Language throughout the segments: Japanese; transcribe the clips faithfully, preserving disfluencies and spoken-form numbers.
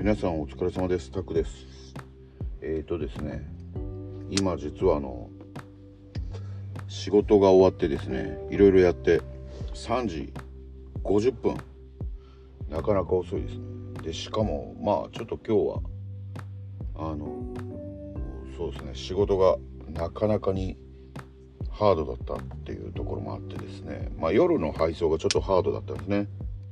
皆さんお疲れ様です。タクです。えーとですね今実はあの仕事が終わってですねいろいろやってさんじごじゅっぷん、なかなか遅いですね。でしかもまあちょっと今日はあのそうですね仕事がなかなかにハードだったっていうところもあってですね、まあ夜の配送がちょっとハードだったんですね。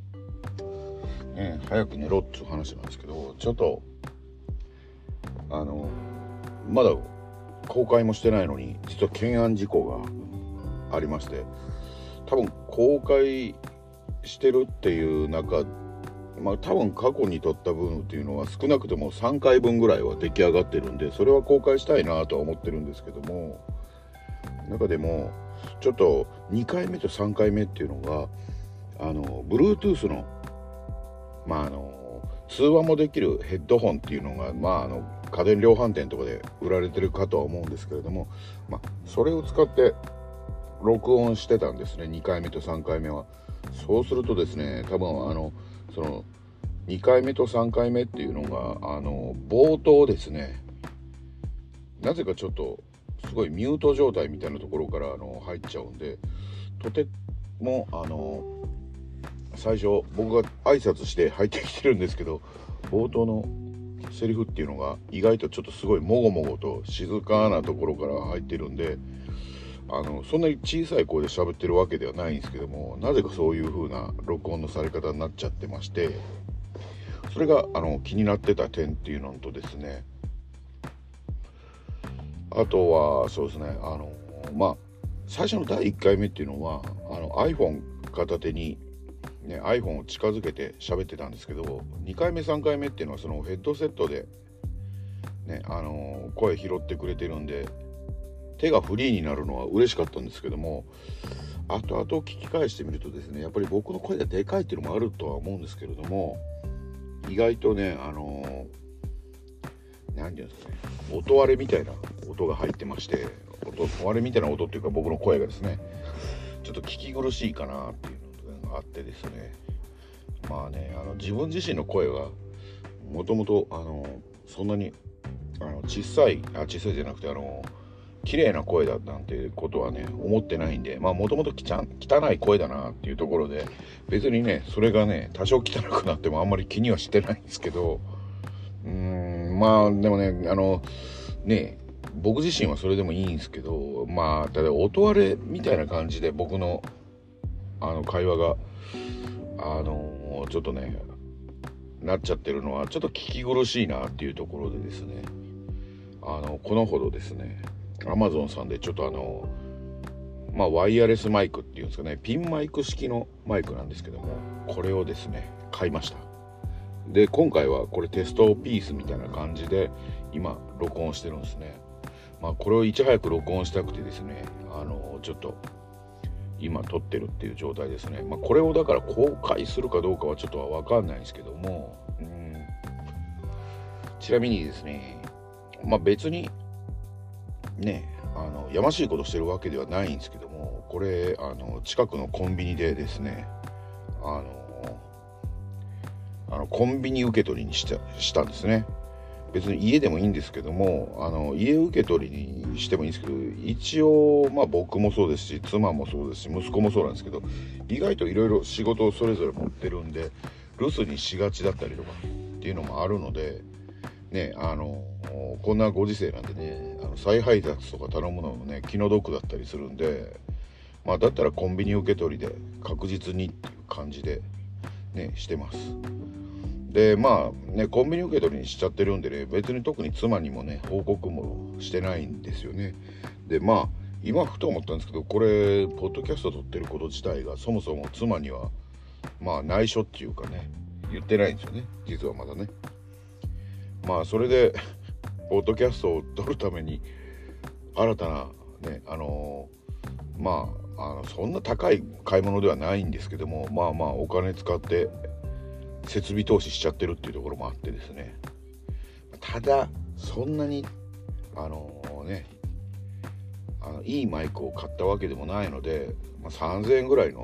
ね、早く寝ろっていう話なんですけど、ちょっとあのまだ公開もしてないのに実は懸案事項がありまして、多分公開してるっていう中、まあ多分過去に撮った分っていうのは少なくともさんかいぶんぐらいは出来上がってるんで、それは公開したいなとは思ってるんですけども、中でもちょっとにかいめとさんかいめっていうのがあの Bluetooth のまああの通話もできるヘッドホンっていうのが、まあ、あの家電量販店とかで売られてるかとは思うんですけれども、まあ、それを使って録音してたんですね、にかいめとさんかいめは。そうするとですね、多分あのそのにかいめとさんかいめっていうのがあの冒頭ですね、なぜかちょっとすごいミュート状態みたいなところからあの入っちゃうんで、とてもあの最初僕が挨拶して入ってきてるんですけど、冒頭のセリフっていうのが意外とちょっとすごいもごもごと静かなところから入ってるんで、あのそんなに小さい声で喋ってるわけではないんですけども、なぜかそういう風な録音のされ方になっちゃってまして、それがあの気になってた点っていうのとですね、あとはそうですね、あのまあ最初のだいいっかいめっていうのはあの iPhone 片手にね、iPhone を近づけて喋ってたんですけど、にかいめさんかいめっていうのはそのヘッドセットで、ねあのー、声拾ってくれてるんで手がフリーになるのは嬉しかったんですけども、後々聞き返してみるとですね、やっぱり僕の声がでかいっていうのもあるとは思うんですけれども、意外とねあのー、何て言うんですかね、音割れみたいな音が入ってまして、音割れみたいな音っていうか僕の声がですねちょっと聞き苦しいかなっていうあってですね、まあねあの自分自身の声はもともとあのそんなにあの小さいあ小さいじゃなくてあの綺麗な声だなんてことはね思ってないんで、まあもともと汚い声だなっていうところで、別にねそれがね多少汚くなってもあんまり気にはしてないんですけど、うーんまあでもねあのね僕自身はそれでもいいんですけど、まあただ音割れみたいな感じで僕のあの会話があのー、ちょっとねなっちゃってるのはちょっと聞き苦しいなっていうところでですね、あのこのほどですね Amazon さんでちょっとあのまあワイヤレスマイクっていうんですかね、ピンマイク式のマイクなんですけども、これをですね買いました。で今回はこれテストピースみたいな感じで今録音してるんですね。まあこれをいち早く録音したくてですね、あのちょっと今撮ってるっていう状態ですね。まあ、これをだから公開するかどうかはちょっとは分かんないんですけども、うん、ちなみにですね、まあ別にねあのやましいことしてるわけではないんですけども、これあの近くのコンビニでですねあのあのコンビニ受け取りにしたしたんですね。別に家でもいいんですけども、あの家受け取りにしてもいいんですけど、一応まあ僕もそうですし妻もそうですし息子もそうなんですけど、意外といろいろ仕事をそれぞれ持ってるんで留守にしがちだったりとかっていうのもあるのでね、あのこんなご時世なんでね、あの再配達とか頼むのもね気の毒だったりするんで、まあだったらコンビニ受け取りで確実にっていう感じでねしてます。でまあねコンビニ受け取りにしちゃってるんでね、別に特に妻にもね報告もしてないんですよね。でまあ今ふと思ったんですけど、これポッドキャスト撮ってること自体がそもそも妻にはまあ内緒っていうかね言ってないんですよね、実はまだね。まあそれでポッドキャストを撮るために新たなねあのー、まああのそんな高い買い物ではないんですけども、まあまあお金使って設備投資しちゃってるっていうところもあってですね、ただそんなにあのねあのいいマイクを買ったわけでもないので、まあ、さんぜんえんぐらいの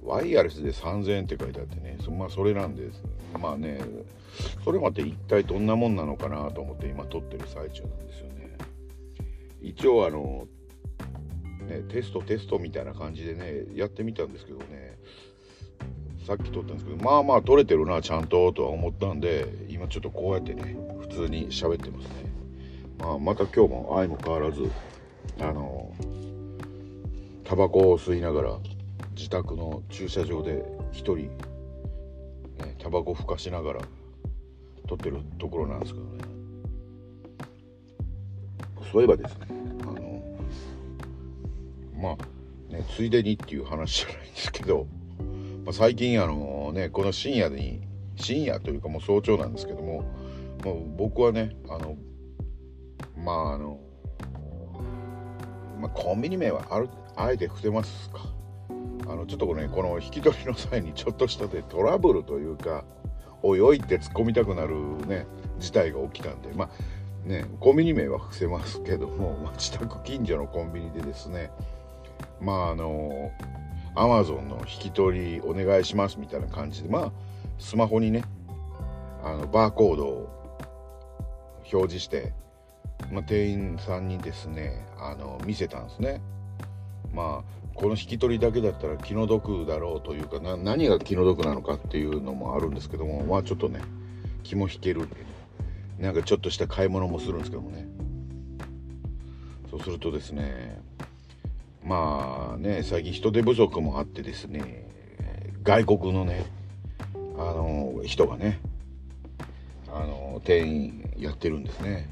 ワイヤレスでさんぜんえんって書いてあってね、そまあそれなんです。まあね、それまで一体どんなもんなのかなと思って今撮ってる最中なんですよね。一応あのねテストテストみたいな感じでねやってみたんですけどね、さっき撮ったんですけど、まあまあ撮れてるなちゃんととは思ったんで、今ちょっとこうやってね普通に喋ってますね。まあ、また今日も相も変わらずあのタバコを吸いながら自宅の駐車場で一人、ね、タバコふかしながら撮ってるところなんですけどね。そういえばですね、あのまあねついでにっていう話じゃないんですけど、まあ、最近あのねこの深夜に深夜というかもう早朝なんですけども、もう僕はねあのまああの、まあ、コンビニ名はあるあえて伏せますか。あのちょっとねこの引き取りの際にちょっとしたでトラブルというか、おいおいって突っ込みたくなるね事態が起きたんで、まあねコンビニ名は伏せますけども、まあ、自宅近所のコンビニでですね、まああのアマゾンの引き取りお願いしますみたいな感じで、まあスマホにねあのバーコードを表示して、まあ、店員さんにですねあの見せたんですね。まあこの引き取りだけだったら気の毒だろうというか、な何が気の毒なのかっていうのもあるんですけども、まあちょっとね気も引けるんで、なんかちょっとした買い物もするんですけどもね。そうするとですね、まあね最近人手不足もあってですね、外国のねあの人がねあの店員やってるんですね。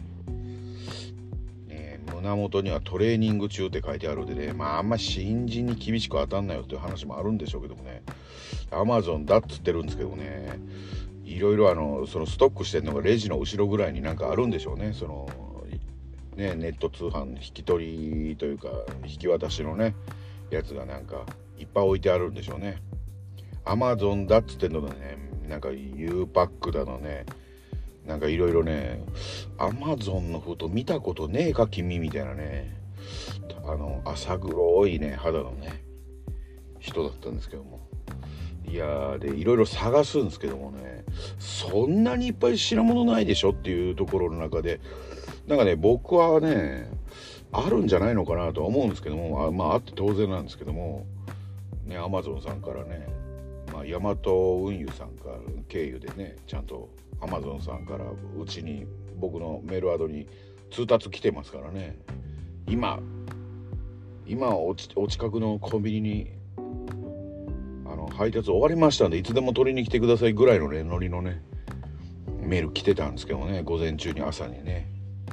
胸元にはトレーニング中って書いてあるんでね、まああんま新人に厳しく当たんなよっていう話もあるんでしょうけどもね、アマゾンだっつってるんですけどね、いろいろあのそのストックしてるのがレジの後ろぐらいになんかあるんでしょうね。そのねネット通販引き取りというか引き渡しのねやつがなんかいっぱい置いてあるんでしょうね。アマゾンだっつってんのがね、なんか U パックだのね、なんかいろいろね、アマゾンの封筒見たことねえか君みたいなね、あの浅黒いね肌のね人だったんですけども、いやーでいろいろ探すんですけどもね、そんなにいっぱい品物ないでしょっていうところの中で、なんかね僕はねあるんじゃないのかなとは思うんですけども、あまああって当然なんですけどもね、アマゾンさんからね、まあヤマト運輸さんから経由でねちゃんとアマゾンさんからうちに僕のメールアドに通達来てますからね、今今おちお近くのコンビニにあの配達終わりましたんでいつでも取りに来てくださいぐらいのねノリのねメール来てたんですけどね、午前中に朝にね。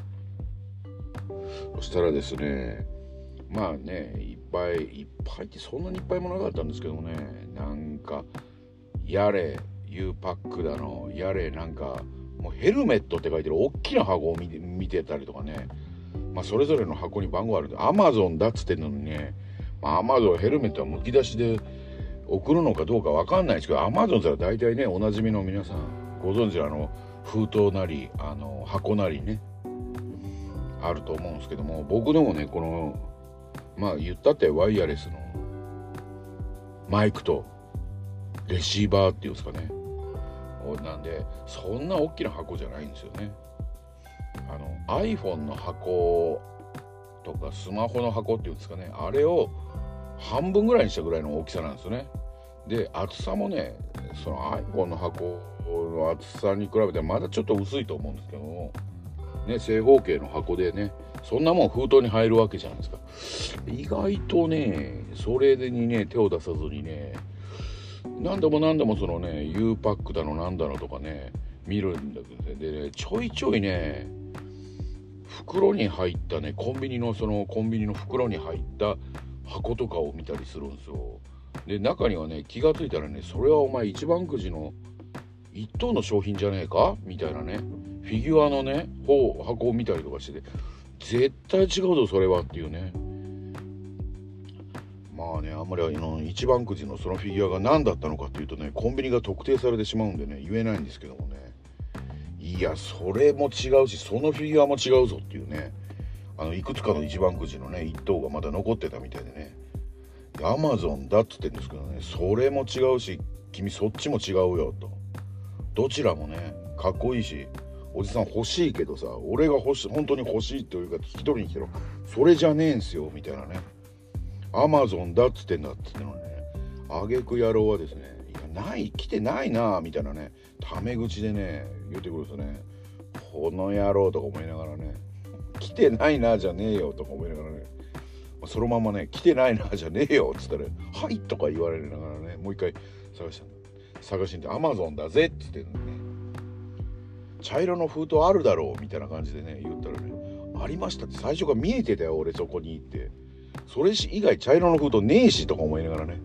そしたらですね、まあねいっぱいいっぱいってそんなにいっぱいもなかったんですけどもね、なんかやれU パックだのやれなんかもうヘルメットって書いてる大きな箱を見て、見てたりとかね、まあそれぞれの箱に番号あるんでアマゾンだっつってんのにね、まあアマゾンヘルメットはむき出しで送るのかどうかわかんないですけど、アマゾンでは大体ねおなじみの皆さんご存知のあの封筒なりあの箱なりねあると思うんですけども、僕でもねこのまあ言ったってワイヤレスのマイクとレシーバーっていうんですかね、なんでそんな大きな箱じゃないんですよね。あの iPhone の箱とかスマホの箱っていうんですかね、あれを半分ぐらいにしたぐらいの大きさなんですよね。で厚さもねその iPhone の箱の厚さに比べてまだちょっと薄いと思うんですけどもね、正方形の箱でねそんなもん封筒に入るわけじゃないですか。意外とねそれにね手を出さずにね何度も何度もそのね U パックだのなんだのとかね見るんだけど、でねちょいちょいね袋に入ったねコンビニのそのコンビニの袋に入った箱とかを見たりするんですよ。で中にはね気がついたらね、それはお前一番くじの一等の商品じゃねえかみたいなねフィギュアのね箱を見たりとかしてて、絶対違うぞそれはっていうね。まあねあんまりあの一番くじのそのフィギュアが何だったのかっていうとねコンビニが特定されてしまうんでね言えないんですけどもね、いやそれも違うしそのフィギュアも違うぞっていうね、あのいくつかの一番くじのね一等がまだ残ってたみたいでね、 アマゾンだって言ってるんですけどね、それも違うし君そっちも違うよと。どちらもねかっこいいしおじさん欲しいけどさ、俺が欲しい本当に欲しいというか引き取りに来たらそれじゃねえんすよみたいなね。アマゾンだっつってんだっつってのね、あげく野郎はですね、いやない来てないなみたいなねタメ口でね言ってくるんですよね。この野郎とか思いながらね、来てないなじゃねえよとか思いながらね、そのままね来てないなじゃねえよっつったらはいとか言われながらね、もう一回探した探しに行ってアマゾンだぜっつってね、茶色の封筒あるだろうみたいな感じでね言ったらね、ありましたって最初から見えてたよ俺そこに行って、それ以外茶色の封筒ねえしとか思いながらね、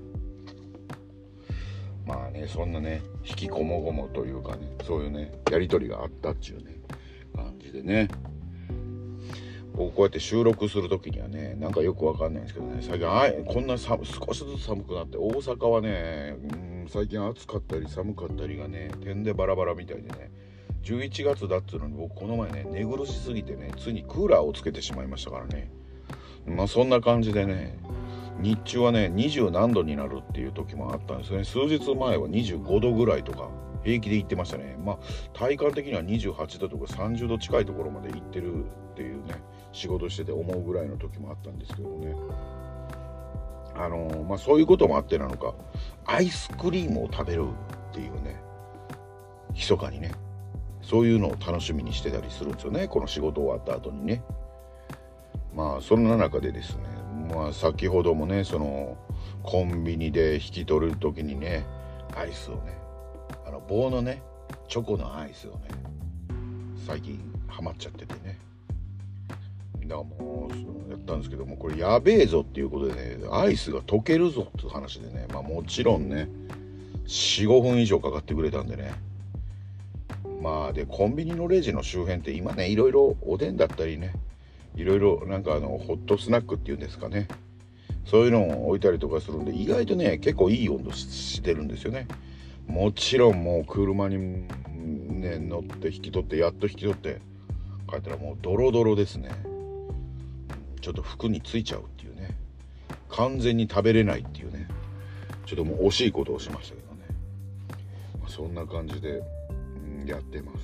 まあねそんなね引きこもごもというかね、そういうねやり取りがあったっちゅうね感じでね、僕こうやって収録する時にはねなんかよくわかんないんですけどね、最近あいこんな寒少しずつ寒くなって、大阪はね、うん、最近暑かったり寒かったりがね点でバラバラみたいでね、じゅういちがつだっつうのに僕この前ね寝苦しすぎてねついにクーラーをつけてしまいましたからね。まあそんな感じでね日中はねにじゅう何度になるっていう時もあったんですね。数日前はにじゅうごどぐらいとか平気で行ってましたね。まあ体感的にはにじゅうはちどとかさんじゅうど近いところまで行ってるっていうね仕事してて思うぐらいの時もあったんですけどね、あのー、まあそういうこともあってなのかアイスクリームを食べるっていうね、密かにねそういうのを楽しみにしてたりするんですよね、この仕事終わった後にね。まあそんな中でですね、まあ先ほどもねそのコンビニで引き取る時にねアイスをね、あの棒のねチョコのアイスをね最近ハマっちゃっててね、だからもうやったんですけども、これやべえぞっていうことでねアイスが溶けるぞっていう話でね、まあもちろんね よん,ご 分以上かかってくれたんでね、まあでコンビニのレジの周辺って今ねいろいろおでんだったりねいろいろなんかあのホットスナックっていうんですかね、そういうのを置いたりとかするんで意外とね結構いい温度 し, してるんですよね。もちろんもう車にね乗って引き取ってやっと引き取って帰ったらもうドロドロですね。ちょっと服についちゃうっていうね、完全に食べれないっていうね、ちょっともう惜しいことをしましたけどね、まあ、そんな感じで、うん、やってます。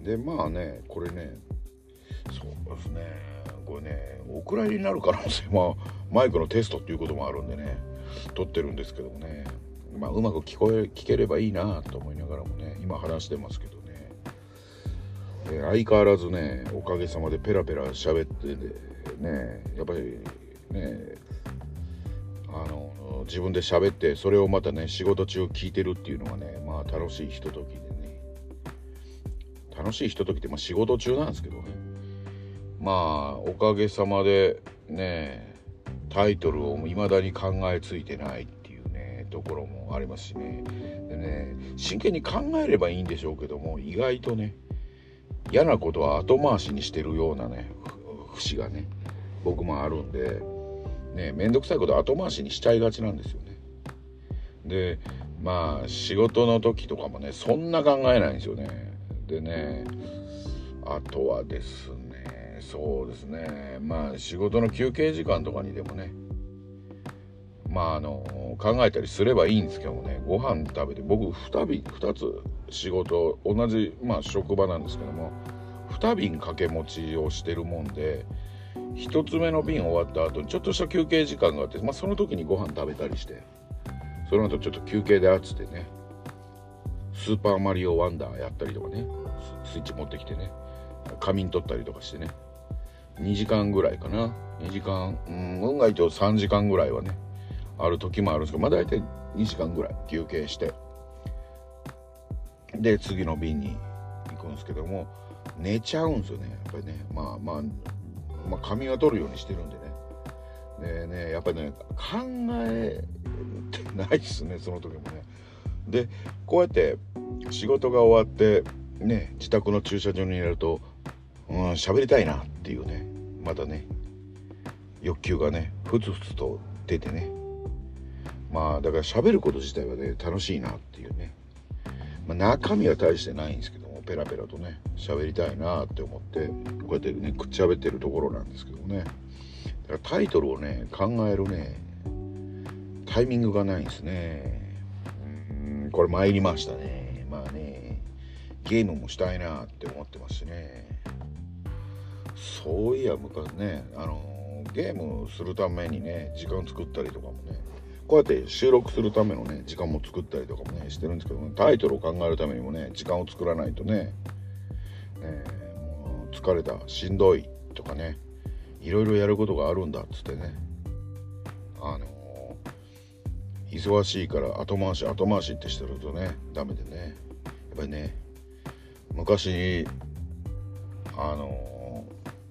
でまあねこれねそうですねこれねお蔵入りになる可能性はマイクのテストっていうこともあるんでね撮ってるんですけどもね、まあうまく聞こえ聞ければいいなと思いながらもね今話してますけどね、え相変わらずねおかげさまでペラペラ喋ってね、やっぱりねあの自分で喋ってそれをまたね仕事中聞いてるっていうのがねまあ楽しいひとときでね、楽しいひとときってまあ仕事中なんですけどね、まあおかげさまでねタイトルを未だに考えついてないっていうねところもありますしね、でね真剣に考えればいいんでしょうけども意外とね嫌なことは後回しにしてるようなね節がね僕もあるんでね、めんどくさいこと後回しにしちゃいがちなんですよね。でまあ仕事の時とかもねそんな考えないんですよね。でねあとはですねそうですねまあ仕事の休憩時間とかにでもねまああの考えたりすればいいんですけどもね、ご飯食べて僕ふたびふたつ仕事同じまあ職場なんですけどもにびん掛け持ちをしてるもんで、ひとつめの便終わった後にちょっとした休憩時間があって、まあ、その時にご飯食べたりして、その後ちょっと休憩であっつってねスーパーマリオワンダーやったりとかね、スイッチ持ってきてね仮眠取ったりとかしてねにじかんぐらいかなにじかん、うん、運がいいとさんじかんぐらいはねある時もあるんですけど、まあ大体にじかんぐらい休憩してで次の便に行くんですけども寝ちゃうんですよねやっぱりね。まあまあまあ仮眠は取るようにしてるんでね。でねやっぱりね考えてないですねその時もね。でこうやって仕事が終わってね自宅の駐車場にいるとうん喋りたいなっていうねまたね欲求がねふつふつと出てね、まあだから喋ること自体はね楽しいなっていうね、まあ、中身は大してないんですけどもペラペラとね喋りたいなって思ってこうやってね口喋ってるところなんですけどね。だからタイトルをね考えるねタイミングがないんですね。うーんこれ参りましたね。まあねゲームもしたいなって思ってますしね。そういや昔ねあのゲームするためにね時間作ったりとかもねこうやって収録するためのね時間も作ったりとかもねしてるんですけど、ね、タイトルを考えるためにもね時間を作らないとね、ねもう疲れたしんどいとかねいろいろやることがあるんだっつってねあの忙しいから後回し後回しってしてるとねダメでねやっぱりね昔あの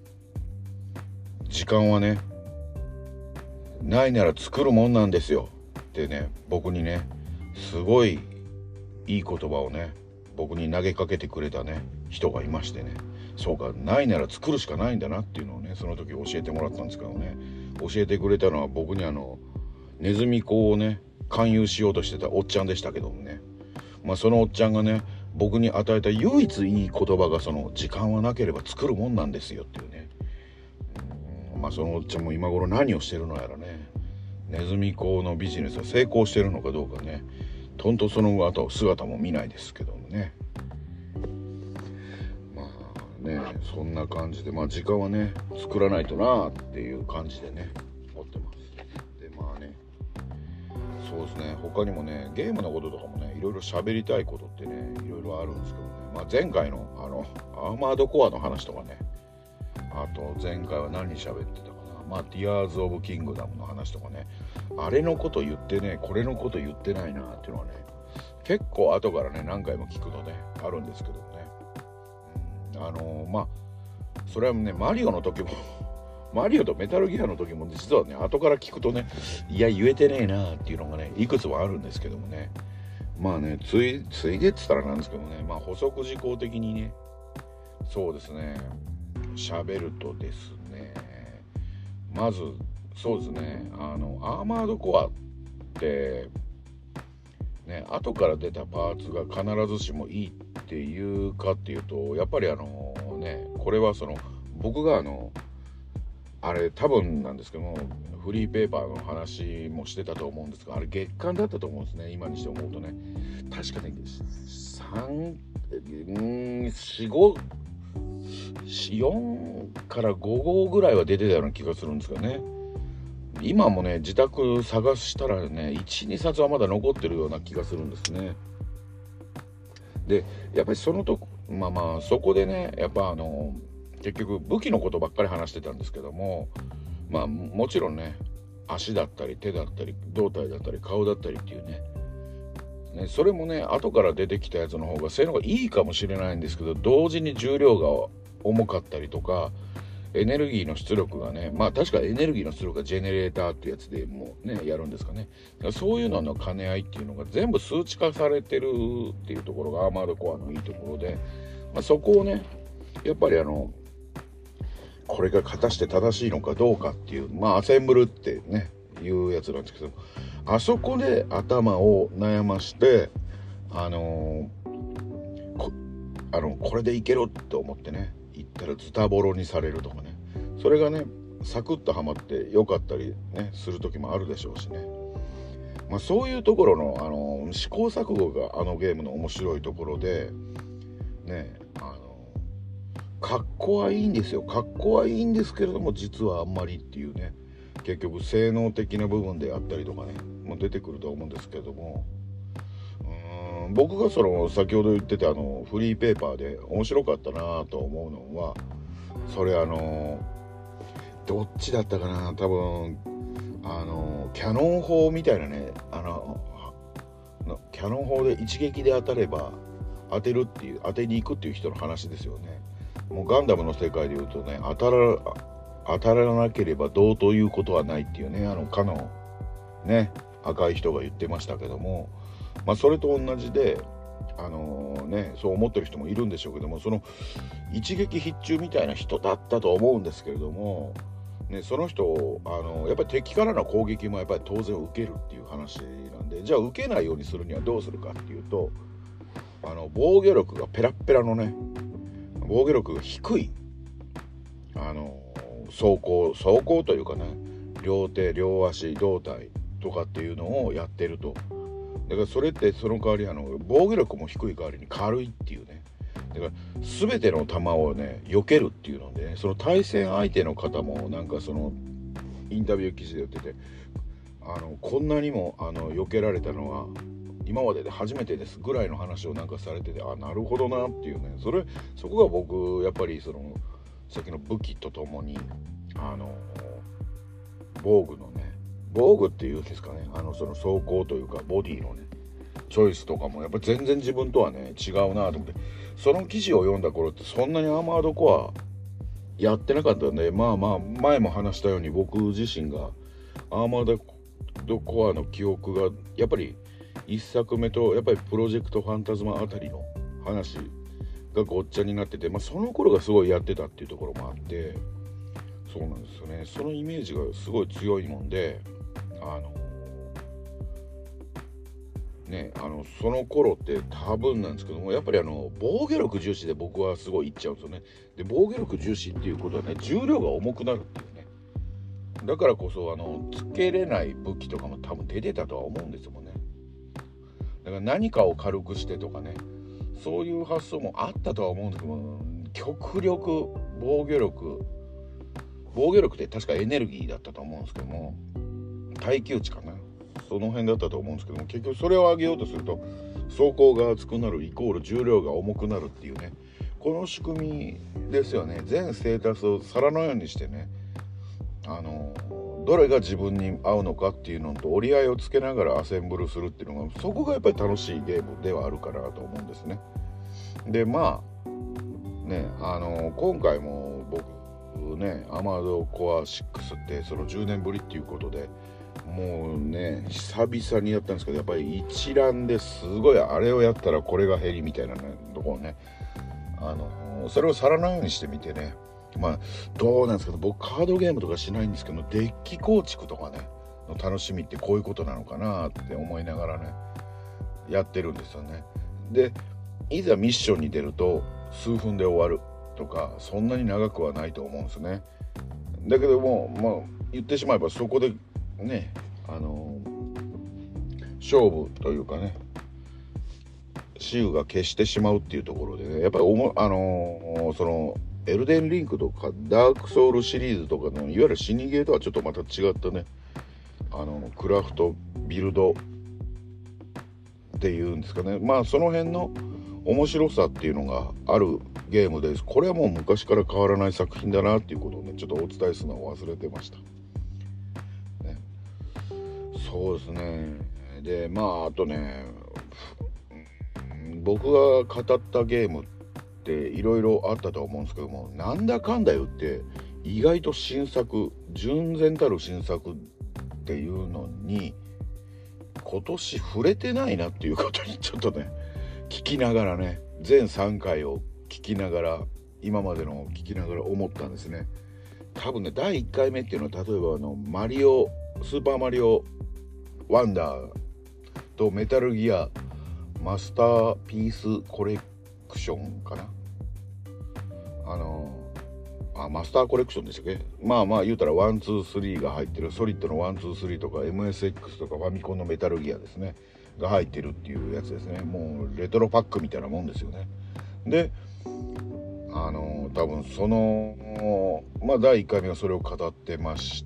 時間はねないなら作るもんなんですよってね僕にねすごいいい言葉をね僕に投げかけてくれたね人がいましてねそうかないなら作るしかないんだなっていうのをねその時教えてもらったんですけどね教えてくれたのは僕にあのネズミ講をね勧誘しようとしてたおっちゃんでしたけどもねまあそのおっちゃんがね僕に与えた唯一いい言葉がその時間はなければ作るもんなんですよっていうねまあそのおっちゃんも今頃何をしてるのやらねネズミ講のビジネスは成功してるのかどうかねとんとその後姿も見ないですけどもねまあねそんな感じでまあ時間はね作らないとなっていう感じでね思ってますでまあねそうですね他にもねゲームのこととかもねいろいろ喋りたいことってねいろいろあるんですけどねまあ前回のあのアーマードコアの話とかねあと前回は何喋ってたかなまあティアーズ・オブ・キングダムの話とかねあれのこと言ってねこれのこと言ってないなっていうのはね結構後からね何回も聞くのねあるんですけどね、うん、あのー、まあそれはねマリオの時もマリオとメタルギアの時も実はね後から聞くとねいや言えてねえなっていうのがねいくつもあるんですけどもねまあねついついでって言ったらなんですけどねまあ補足事項的にねそうですね喋るとですねまずそうですねあのアーマードコアってね後から出たパーツが必ずしもいいっていうかっていうとやっぱりあのねこれはその僕があのあれ多分なんですけどもフリーペーパーの話もしてたと思うんですがあれ月間だったと思うんですね今にして思うとね確かねさん、よん、ごよんからご号ぐらいは出てたような気がするんですけどね今もね自宅探したらね いち,に 冊はまだ残ってるような気がするんですねでやっぱりそのとまあまあそこでねやっぱあの結局武器のことばっかり話してたんですけどもまあもちろんね足だったり手だったり胴体だったり顔だったりっていうねねそれもね後から出てきたやつの方が性能がいいかもしれないんですけど同時に重量が重かったりとかエネルギーの出力がねまあ確かエネルギーの出力がジェネレーターってやつでもうねやるんですかねそういうのの兼ね合いっていうのが全部数値化されてるっていうところがアーマードコアのいいところで、まあ、そこをねやっぱりあのこれが果たして正しいのかどうかっていうまあアセンブルってねいうやつなんですけどあそこで頭を悩ましてあのー、こあのこれでいけろって思ってね言ったらズタボロにされるとかねそれがねサクッとはまってよかったりねする時もあるでしょうしねまあそういうところの、あのー、試行錯誤があのゲームの面白いところでねあの格好はいいんですよ格好はいいんですけれども実はあんまりっていうね結局性能的な部分であったりとかねもう出てくると思うんですけれどもうーん僕がその先ほど言ってたあのフリーペーパーで面白かったなと思うのはそれあのどっちだったかな多分あのキャノン砲みたいなねあのキャノン砲で一撃で当たれば当てるっていう当てに行くっていう人の話ですよねもうガンダムの世界でいうとね当たら当たらなければどうということはないっていうねあのかのね赤い人が言ってましたけどもまあそれと同じであのー、ねそう思ってる人もいるんでしょうけどもその一撃必中みたいな人だったと思うんですけれども、ね、その人をあのー、やっぱり敵からの攻撃もやっぱり当然受けるっていう話なんでじゃあ受けないようにするにはどうするかっていうとあの防御力がペラッペラのね防御力が低いあの走行走行というかね両手両足胴体とかっていうのをやってると。だからそれってその代わりあの防御力も低い代わりに軽いっていうね。だから全ての球をね避けるっていうのでね、その対戦相手の方もなんかそのインタビュー記事で言ってて、あのこんなにもあの避けられたのは今までで初めてですぐらいの話をなんかされてて、あ、なるほどなっていうね、それそこが僕やっぱりそのさっきの武器とともにあの防具のね、防具っていうんですかね、あのその装甲というかボディのねチョイスとかもやっぱり全然自分とはね違うなと思って、その記事を読んだ頃ってそんなにアーマードコアやってなかったんで、まあまあ前も話したように僕自身がアーマードコアの記憶がやっぱりいっさくめとやっぱりプロジェクトファンタズマあたりの話がごっちゃになってて、まあ、その頃がすごいやってたっていうところもあって、そうなんですよね、そのイメージがすごい強いもんで、あのね、あのその頃って多分なんですけども、やっぱりあの防御力重視で僕はすごいいっちゃうんですよね。で防御力重視っていうことはね、重量が重くなるっていうね、だからこそあのつけれない武器とかも多分出てたとは思うんですもんね。だから何かを軽くしてとかね、そういう発想もあったとは思うんですけど、極力防御力防御力って確かエネルギーだったと思うんですけども、耐久値かな、その辺だったと思うんですけども、結局それを上げようとすると装甲が厚くなるイコール重量が重くなるっていうね、この仕組みですよね。全ステータスを皿のようにしてね、あのどれが自分に合うのかっていうのと折り合いをつけながらアセンブルするっていうのが、そこがやっぱり楽しいゲームではあるかなと思うんですね。でまあね、あの今回も僕ねアーマードコアシックスってそのじゅうねんぶりっていうことでもうね久々にやったんですけど、やっぱり一覧ですごいあれをやったらこれが減りみたいなねところね、あのそれを皿のようにしてみてね、まあどうなんですけど、僕カードゲームとかしないんですけど、デッキ構築とかねの楽しみってこういうことなのかなって思いながらねやってるんですよね。でいざミッションに出ると数分で終わるとか、そんなに長くはないと思うんですね。だけどもまあ言ってしまえばそこでね、あの勝負というかね、雌雄が決してしまうっていうところでね、やっぱりおもあのそのエルデンリンクとかダークソウルシリーズとかのいわゆる死にゲーとはちょっとまた違ったね、あのクラフトビルドっていうんですかね、まあその辺の面白さっていうのがあるゲームです。これはもう昔から変わらない作品だなっていうことをねちょっとお伝えするのを忘れてました、ね、そうですね。でまああとね、僕が語ったゲームっていろいろあったと思うんですけども、なんだかんだ言って意外と新作、純然たる新作っていうのに今年触れてないなっていうことにちょっとね聞きながらね、全さんかいを聞きながら、今までのを聞きながら思ったんですね。多分ねだいいっかいめっていうのは例えばあのマリオスーパーマリオワンダーとメタルギアマスターピースコレクションかな、あのあマスターコレクションでしたっけ、まあまあ言うたらワンツースリーが入ってる、ソリッドのワンツースリーとか エムエスエックス とかファミコンのメタルギアですねが入ってるっていうやつですね。もうレトロパックみたいなもんですよね。であの多分そのまあだいいっかいめはそれを語ってまして、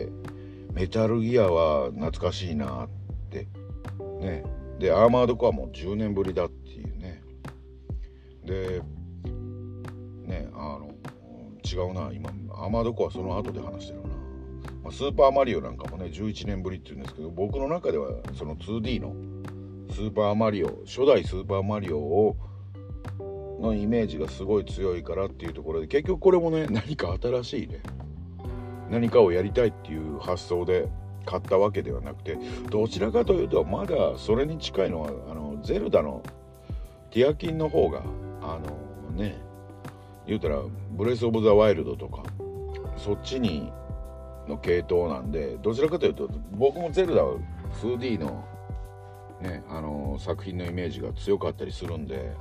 メタルギアは懐かしいなってね、でアーマードコアもじゅうねんぶりだっていうね、でねあの違うな、今アーマードコアその後で話してるな、まあ、スーパーマリオなんかもねじゅういちねんぶりっていうんですけど、僕の中ではその ツーディー のスーパーマリオ、初代スーパーマリオをのイメージがすごい強いからっていうところで、結局これもね何か新しいね何かをやりたいっていう発想で買ったわけではなくて、どちらかというとまだそれに近いのはあのゼルダのティアキンの方があのね言うたらブレスオブザワイルドとかそっちにの系統なんで、どちらかというと僕もゼルダは ツーディー のねあの作品のイメージが強かったりするんで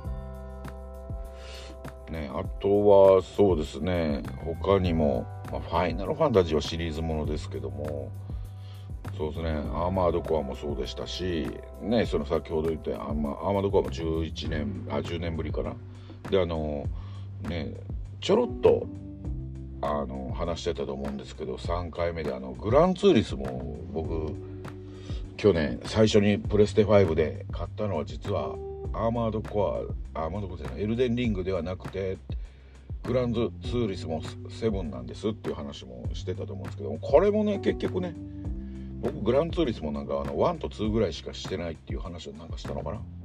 ね、あとはそうですね、他にも、まあ、ファイナルファンタジーはシリーズものですけども、 そうですね、アーマードコアもそうでしたし、ね、その先ほど言ったアーマー、アーマードコアもじゅういちねん、あ、じゅうねんぶりかな。で、あの、ね、ちょろっと、あの、話してたと思うんですけど、さんかいめで、あの、グランツーリスも僕、去年、最初にプレステファイブで買ったのは、実は、アーマードコア、アーマードコアじゃない、エルデンリングではなくて、グランツーリスもセブンなんですっていう話もしてたと思うんですけども、これもね、結局ね、僕グランツーリスもなんかあのワンとツーぐらいしかしてないっていう話をなんかしたのかな。うん、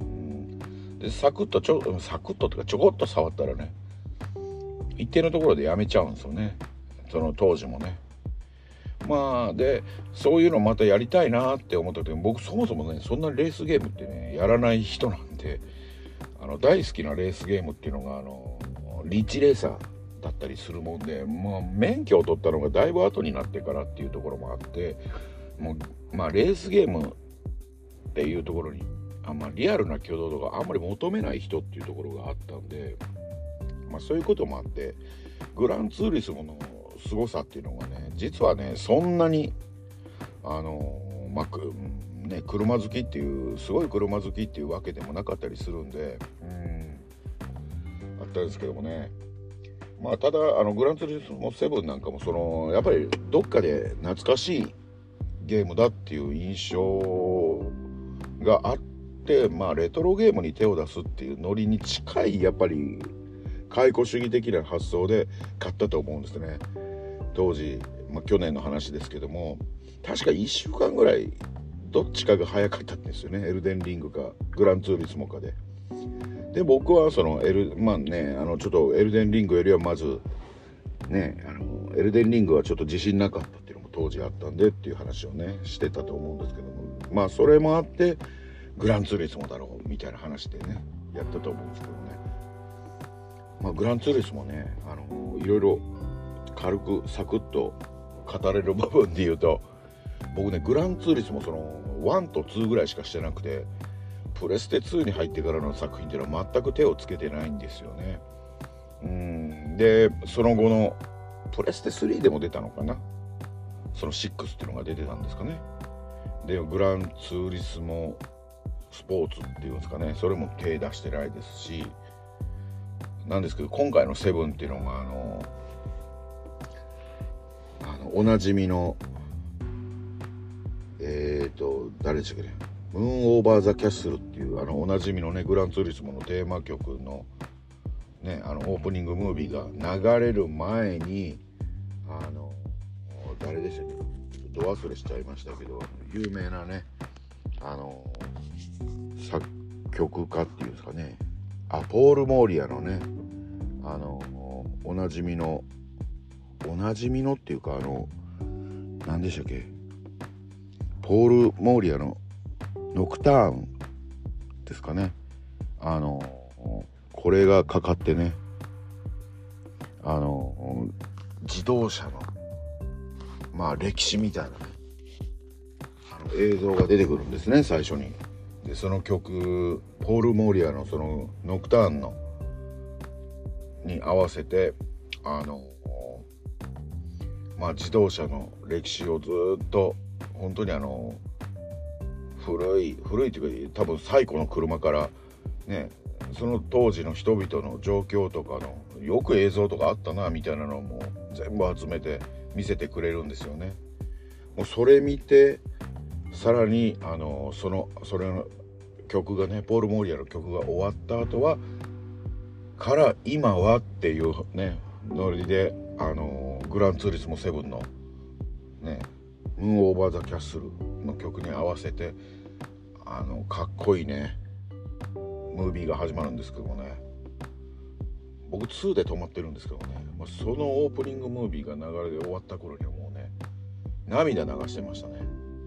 でサクッとちょサクッととかちょこっと触ったらね、一定のところでやめちゃうんですよね、その当時もね。まあでそういうのまたやりたいなって思ったけど、僕そもそもねそんなレースゲームってねやらない人なんで、あの大好きなレースゲームっていうのがあのリッチレーサーだったりするもんで、まあ、免許を取ったのがだいぶ後になってからっていうところもあって、もうまあレースゲームっていうところにあんまリアルな挙動とかあんまり求めない人っていうところがあったんで、まあそういうこともあってグランツーリスモの凄さっていうのがね、実はねそんなにあのまあくね車好きっていうすごい車好きっていうわけでもなかったりするんで、うんあったんですけどもね。まあただあのグランツーリスモセブンなんかもそのやっぱりどっかで懐かしいゲームだっていう印象があって、まあレトロゲームに手を出すっていうノリに近いやっぱり解雇主義的な発想で買ったと思うんですね、当時。まあ、去年の話ですけども、確かいっしゅうかんぐらいどっちかが早かったんですよね、エルデンリングかグランツーリスモかで。で僕はそのエルまあねあのちょっとエルデンリングよりはまずねあのエルデンリングはちょっと自信なかったっていうのも当時あったんでっていう話をねしてたと思うんですけども、まあそれもあってグランツーリスモだろうみたいな話でねやったと思うんですけどね。まあグランツーリスモねあのいろいろ軽くサクッと語れる部分で言うと、僕ねグランツーリスモそのワンとツーぐらいしかしてなくて、プレステツーに入ってからの作品っていうのは全く手をつけてないんですよね。うんでその後のプレステスリーでも出たのかな、そのシックスっていうのが出てたんですかね。でグランツーリスモスポーツっていうんですかね、それも手出してないですしなんですけど、今回のセブンっていうのがあのあのおなじみのえっと誰でしたっけね、ムーンオーバーザキャッスルっていうあのおなじみのねグランツーリスモのテーマ曲のねあのオープニングムービーが流れる前にあの誰でしたっけ、ちょっと忘れしちゃいましたけど、有名なねあの作曲家っていうんですかね、あポール・モーリアのねあのおなじみのおなじみのっていうかあの何でしたっけ、ポール・モーリアのノクターンですかね、あのこれがかかってねあの自動車のまあ歴史みたいなねあの映像が出てくるんですね最初に。でその曲ポール・モーリアのそのノクターンのに合わせてあのまあ自動車の歴史をずっと本当にあの古い古いというか多分最古の車からねその当時の人々の状況とかのよく映像とかあったなみたいなのも全部集めて見せてくれるんですよね。もうそれ見てさらにあのそのそれの曲がねポール・モーリアの曲が終わった後はから今はっていうねノリであのグランツーリスモセブンのねムーンオーバーザキャッスルの曲に合わせてあのかっこいいねムービーが始まるんですけどもね、僕ツーで止まってるんですけどね、まあ、そのオープニングムービーが流れで終わった頃にはもうね涙流してましたね。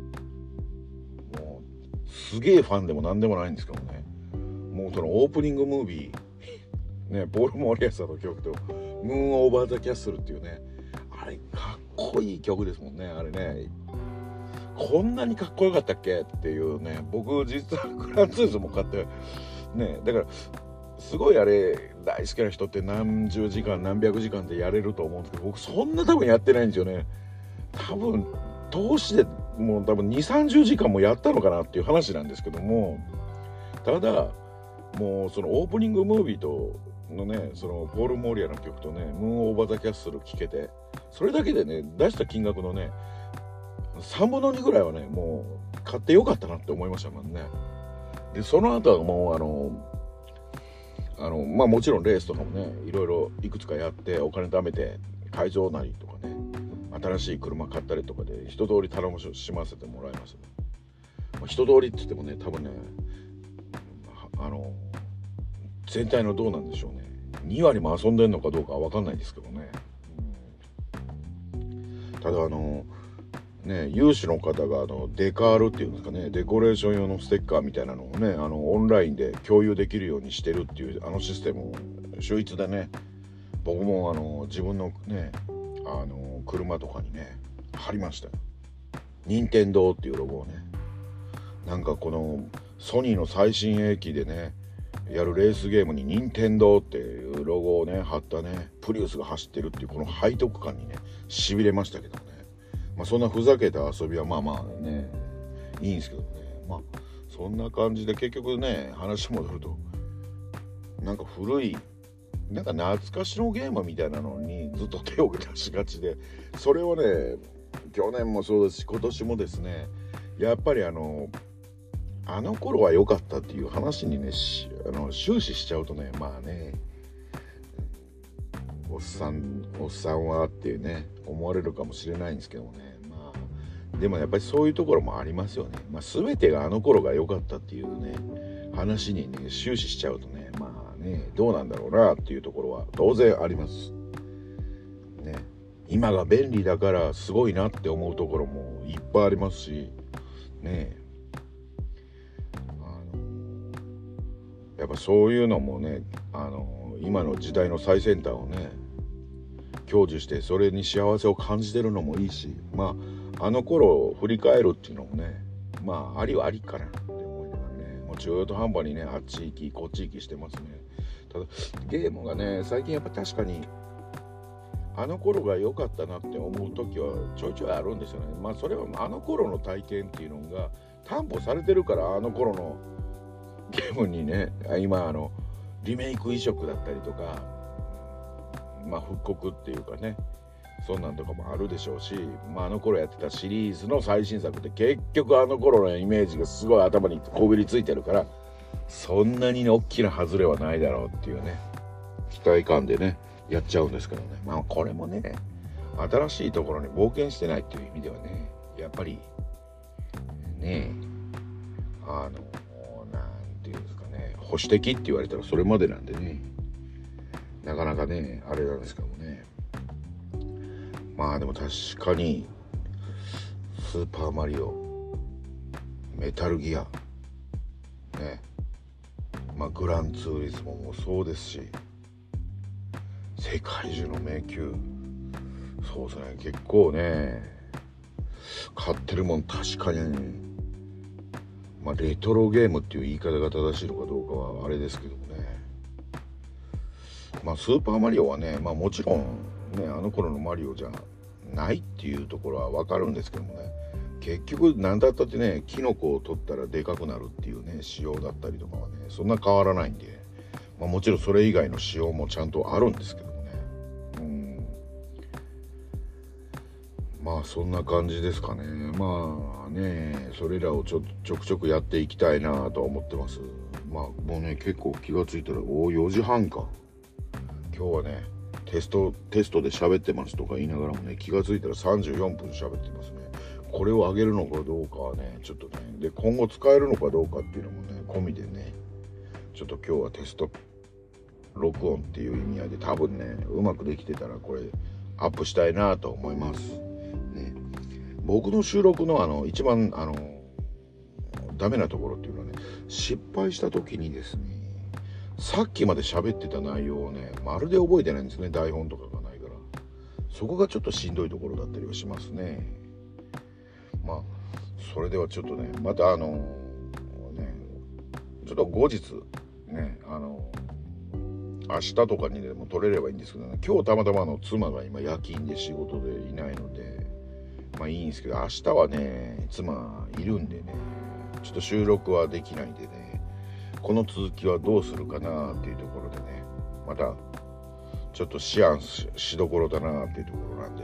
もうすげえファンでもなんでもないんですけどね、もうそのオープニングムービーねポール・モーリアさんの曲とムーンオーバーザキャッスルっていうねあれかっこいい曲ですもんね。あれねこんなにかっこよかったっけっていうね、僕実はグランツーリスモ買ってね、だからすごいあれ大好きな人って何十時間何百時間でやれると思うんですけど、僕そんな多分やってないんですよね。多分投資でもう多分にじゅうさんじゅうじかんもやったのかなっていう話なんですけども、ただもうそのオープニングムービーとのね、そのポール・モーリアの曲とね、ムーン・オーバー・ザ・キャッスル聴けて、それだけでね、出した金額のねさんぶんのにぐらいはね、もう買ってよかったなって思いましたもんね。でその後はもうあのあのまあもちろんレースとかもね、いろいろいくつかやってお金貯めて会場なりとかね、新しい車買ったりとかで一通り頼ましませてもらいますね。まあ、一通りって言ってもね、多分ね、あの全体のどうなんでしょうね、にわりも遊んでんのかどうかは分かんないですけどね、うん、ただあのね、有志の方があのデカールっていうんですかね、デコレーション用のステッカーみたいなのをね、あのオンラインで共有できるようにしてるっていうあのシステムを秀逸でね、僕もあの自分のね、あの車とかにね貼りましたよ。任天堂っていうロゴをね、なんかこのソニーの最新鋭機でねやるレースゲームに任天堂っていうロゴをね貼ったねプリウスが走ってるっていうこの背徳感にねしびれましたけどね。まあそんなふざけた遊びはまあまあねいいんですけどね、まあそんな感じで結局ね、話戻るとなんか古いなんか懐かしのゲームみたいなのにずっと手を出しがちで、それをね去年もそうですし今年もですね、やっぱりあのあの頃は良かったっていう話にねあの終始しちゃうとね、まあねおっさんおっさんはってね思われるかもしれないんですけどもね、まあでもやっぱりそういうところもありますよね。まあ全てがあの頃が良かったっていうね話にね終始しちゃうとね、まあねどうなんだろうなっていうところは当然ありますね。今が便利だからすごいなって思うところもいっぱいありますしね、あのやっぱそういうのもね、あの今の時代の最先端をね享受してそれに幸せを感じてるのもいいし、まああの頃を振り返るっていうのもね、まあありはありかなって思いながらね、もう中途半端にねあっち行きこっち行きしてますね。ただゲームがね最近やっぱ確かにあの頃が良かったなって思う時はちょいちょいあるんですよね。まあそれはあの頃の体験っていうのが担保されてるから、あの頃のゲームにね今あのリメイク移植だったりとか、まあ復刻っていうかね、そんなんとかもあるでしょうし、まあ、あの頃やってたシリーズの最新作って結局あの頃のイメージがすごい頭にこびりついてるから、そんなに大きな外れはないだろうっていうね期待感でねやっちゃうんですけどね。まあこれもね新しいところに冒険してないっていう意味ではね、やっぱりねあのなんていうんですかね、保守的って言われたらそれまでなんでね、なかなかねあれなんですけどもね。まあでも確かにスーパーマリオ、メタルギアね、まあグランツーリスモもそうですし、世界中の迷宮、そうですね、結構ね買ってるもん確かに、ね、まあレトロゲームっていう言い方が正しいのかどうかはあれですけどもね、まあスーパーマリオはね、まあもちろんねあの頃のマリオじゃないっていうところは分かるんですけどもね、結局何だったってねキノコを取ったらでかくなるっていうね仕様だったりとかはねそんな変わらないんで、まあ、もちろんそれ以外の仕様もちゃんとあるんですけどもね、うん、まあそんな感じですかね。まあねそれらをちょちょくちょくやっていきたいなとは思ってます。まあもうね結構気がついたらおよじはんか、今日はねテストテストで喋ってますとか言いながらもね気がついたらさんじゅうよんぷん喋ってますね。これを上げるのかどうかはねちょっとね、で今後使えるのかどうかっていうのもね込みでね、ちょっと今日はテスト録音っていう意味合いで多分ねうまくできてたらこれアップしたいなと思います、ね、僕の収録のあの一番あのダメなところっていうのはね、失敗した時にですねさっきまで喋ってた内容をねまるで覚えてないんですね、台本とかがないから。そこがちょっとしんどいところだったりはしますね。まあそれではちょっとねまたあのねちょっと後日ねあの明日とかにでも撮れればいいんですけどね、今日たまたまの妻が今夜勤で仕事でいないので、 まあいいんですけど、明日はね妻いるんでね、ちょっと収録はできないんでね、この続きはどうするかなっていうところでね、またちょっと思案 し, しどころだなっていうところなんで、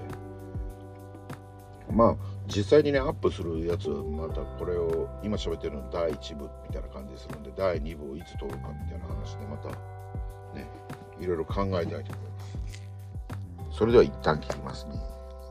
まあ実際にねアップするやつはまたこれを今喋ってるのだいいち部みたいな感じでするんで、だいに部をいつ撮るかみたいな話でまたねいろいろ考えたいと思います。それでは一旦切りますね。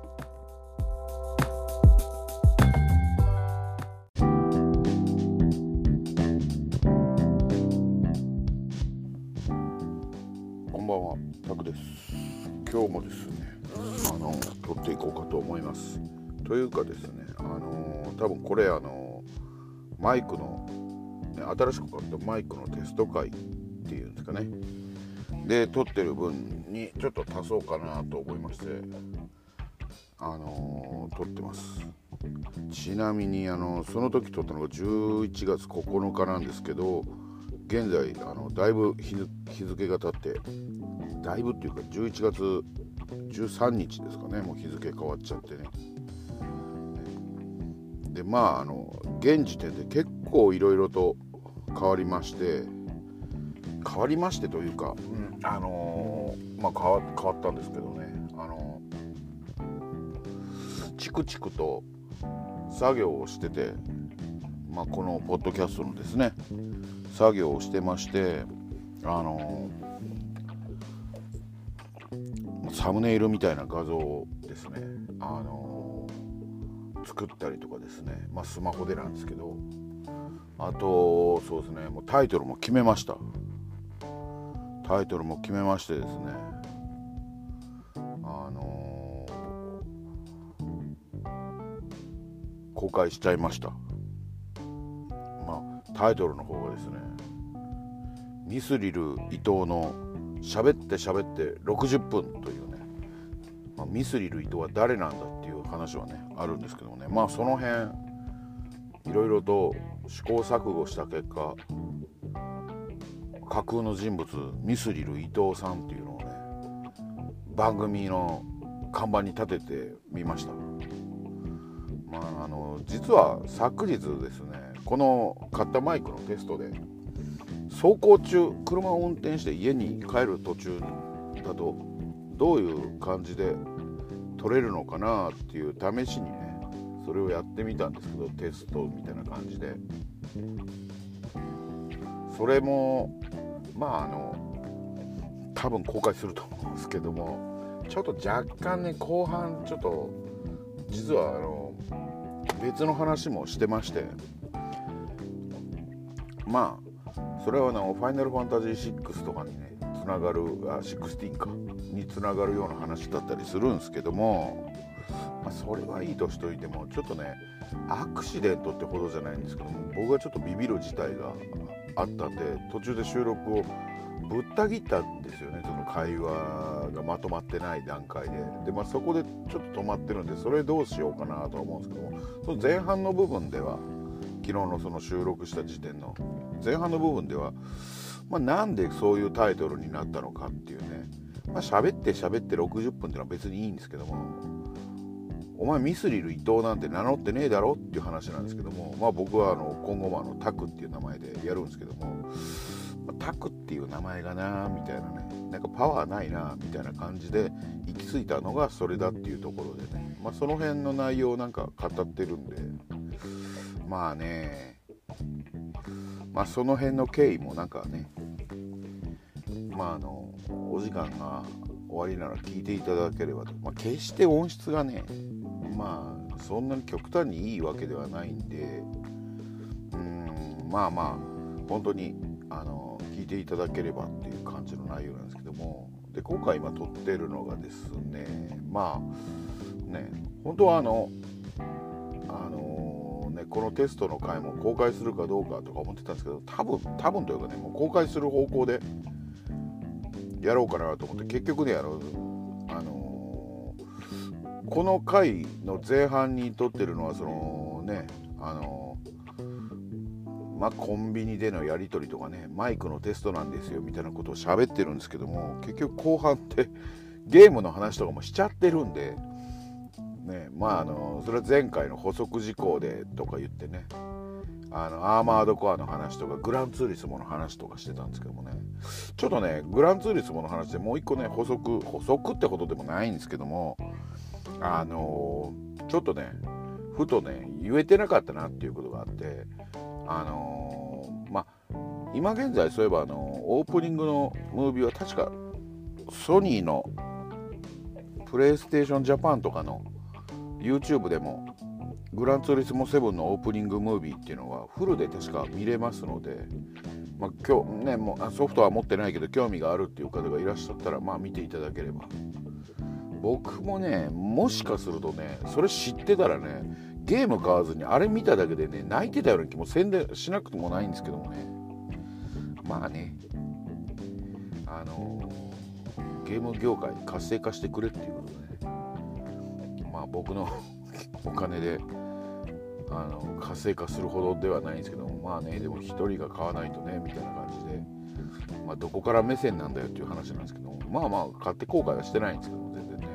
こんばんは、タクです。今日もですねあの撮っていこうかと思います。というかですね、あの多分これあのマイクの、ね、新しく買ったマイクのテスト会っていうんですかね、で撮ってる分にちょっと足そうかなと思いまして、あの撮ってます。ちなみにあのその時撮ったのがじゅういちがつここのかなんですけど、現在あのだいぶ日付が経って、だいぶっていうかじゅういちがつじゅうさんにちですかね、もう日付変わっちゃってね。でまああの現時点で結構いろいろと変わりまして変わりましてというか、うん、あのー、まあ変わ、変わったんですけどね、あのー、チクチクと作業をしてて、まあ、このポッドキャストのですね作業をしてまして、あのー、サムネイルみたいな画像をですね、あのー作ったりとかですね、まあスマホでなんですけど、あとそうですね、もうタイトルも決めました。タイトルも決めましてですね、あのー、公開しちゃいました。まあタイトルの方がですね、ミスリル伊藤の喋って喋ってろくじゅっぷんというね、まあ、ミスリル伊藤は誰なんだっていう話はねあるんですけどもね、まあその辺いろいろと試行錯誤した結果、架空の人物ミスリル伊藤さんっていうのをね番組の看板に立ててみました。まああの実は昨日ですね、この買ったマイクのテストで走行中、車を運転して家に帰る途中だとどういう感じで撮れるのかなっていう試しにねそれをやってみたんですけど、テストみたいな感じで、それもまああの多分公開すると思うんですけども、ちょっと若干ね後半ちょっと実はあの別の話もしてまして、まあそれはあのファイナルファンタジーシックスとかにねつながる、あじゅうろくかにつながるような話だったりするんですけども、まあ、それはいいとしといてもちょっとねアクシデントってほどじゃないんですけども、僕がちょっとビビる事態があったんで途中で収録をぶった切ったんですよね。その会話がまとまってない段階でで、まあ、そこでちょっと止まってるんで、それどうしようかなとは思うんですけども、その前半の部分では昨日のその収録した時点の前半の部分では、まあ、なんでそういうタイトルになったのかっていうね、まあ喋って喋ってろくじゅっぷんっていうのは別にいいんですけども、お前ミスリル伊藤なんて名乗ってねえだろっていう話なんですけども、まあ僕はあの今後もあのタクっていう名前でやるんですけども、まあ、タクっていう名前がなみたいなね、なんかパワーないなみたいな感じで行き着いたのがそれだっていうところでね、まあその辺の内容をなんか語ってるんで、まあね、まあその辺の経緯もなんかね、まああのお時間が終わりなら聞いていただければと。まあ決して音質がね、まあそんなに極端にいいわけではないんで、うーんまあまあ本当にあの聞いていただければっていう感じの内容なんですけども、で今回今撮ってるのがですね、まあね本当はあのあのねこのテストの回も公開するかどうかとか思ってたんですけど、多分多分というかねもう公開する方向でやろうかなと思って、結局ねあのあのこの回の前半に撮ってるのはそのねあのまあコンビニでのやり取りとかね、マイクのテストなんですよみたいなことを喋ってるんですけども、結局後半ってゲームの話とかもしちゃってるんで、 ね、まああのそれは前回の補足事項でとか言ってね、あのアーマードコアの話とかグランツーリスモの話とかしてたんですけどもね、ちょっとねグランツーリスモの話でもう一個ね補足補足ってことでもないんですけども、あのちょっとねふとね言えてなかったなっていうことがあって、あのまあ今現在そういえばあのオープニングのムービーは確かソニーのプレイステーションジャパンとかの YouTube でもグランツーリスモセブンのオープニングムービーっていうのはフルで確か見れますので、まあ、今日ねもうソフトは持ってないけど興味があるっていう方がいらっしゃったらまあ見ていただければ。僕もねもしかするとねそれ知ってたらねゲーム買わずにあれ見ただけでね泣いてたような気も宣伝しなくてもないんですけどもね、まあねあのー、ゲーム業界活性化してくれっていうことでね、まあ僕のお金であの活性化するほどではないんですけども、まあねでも一人が買わないとねみたいな感じで、まあ、どこから目線なんだよっていう話なんですけども、まあまあ買って後悔はしてないんですけども全然ね、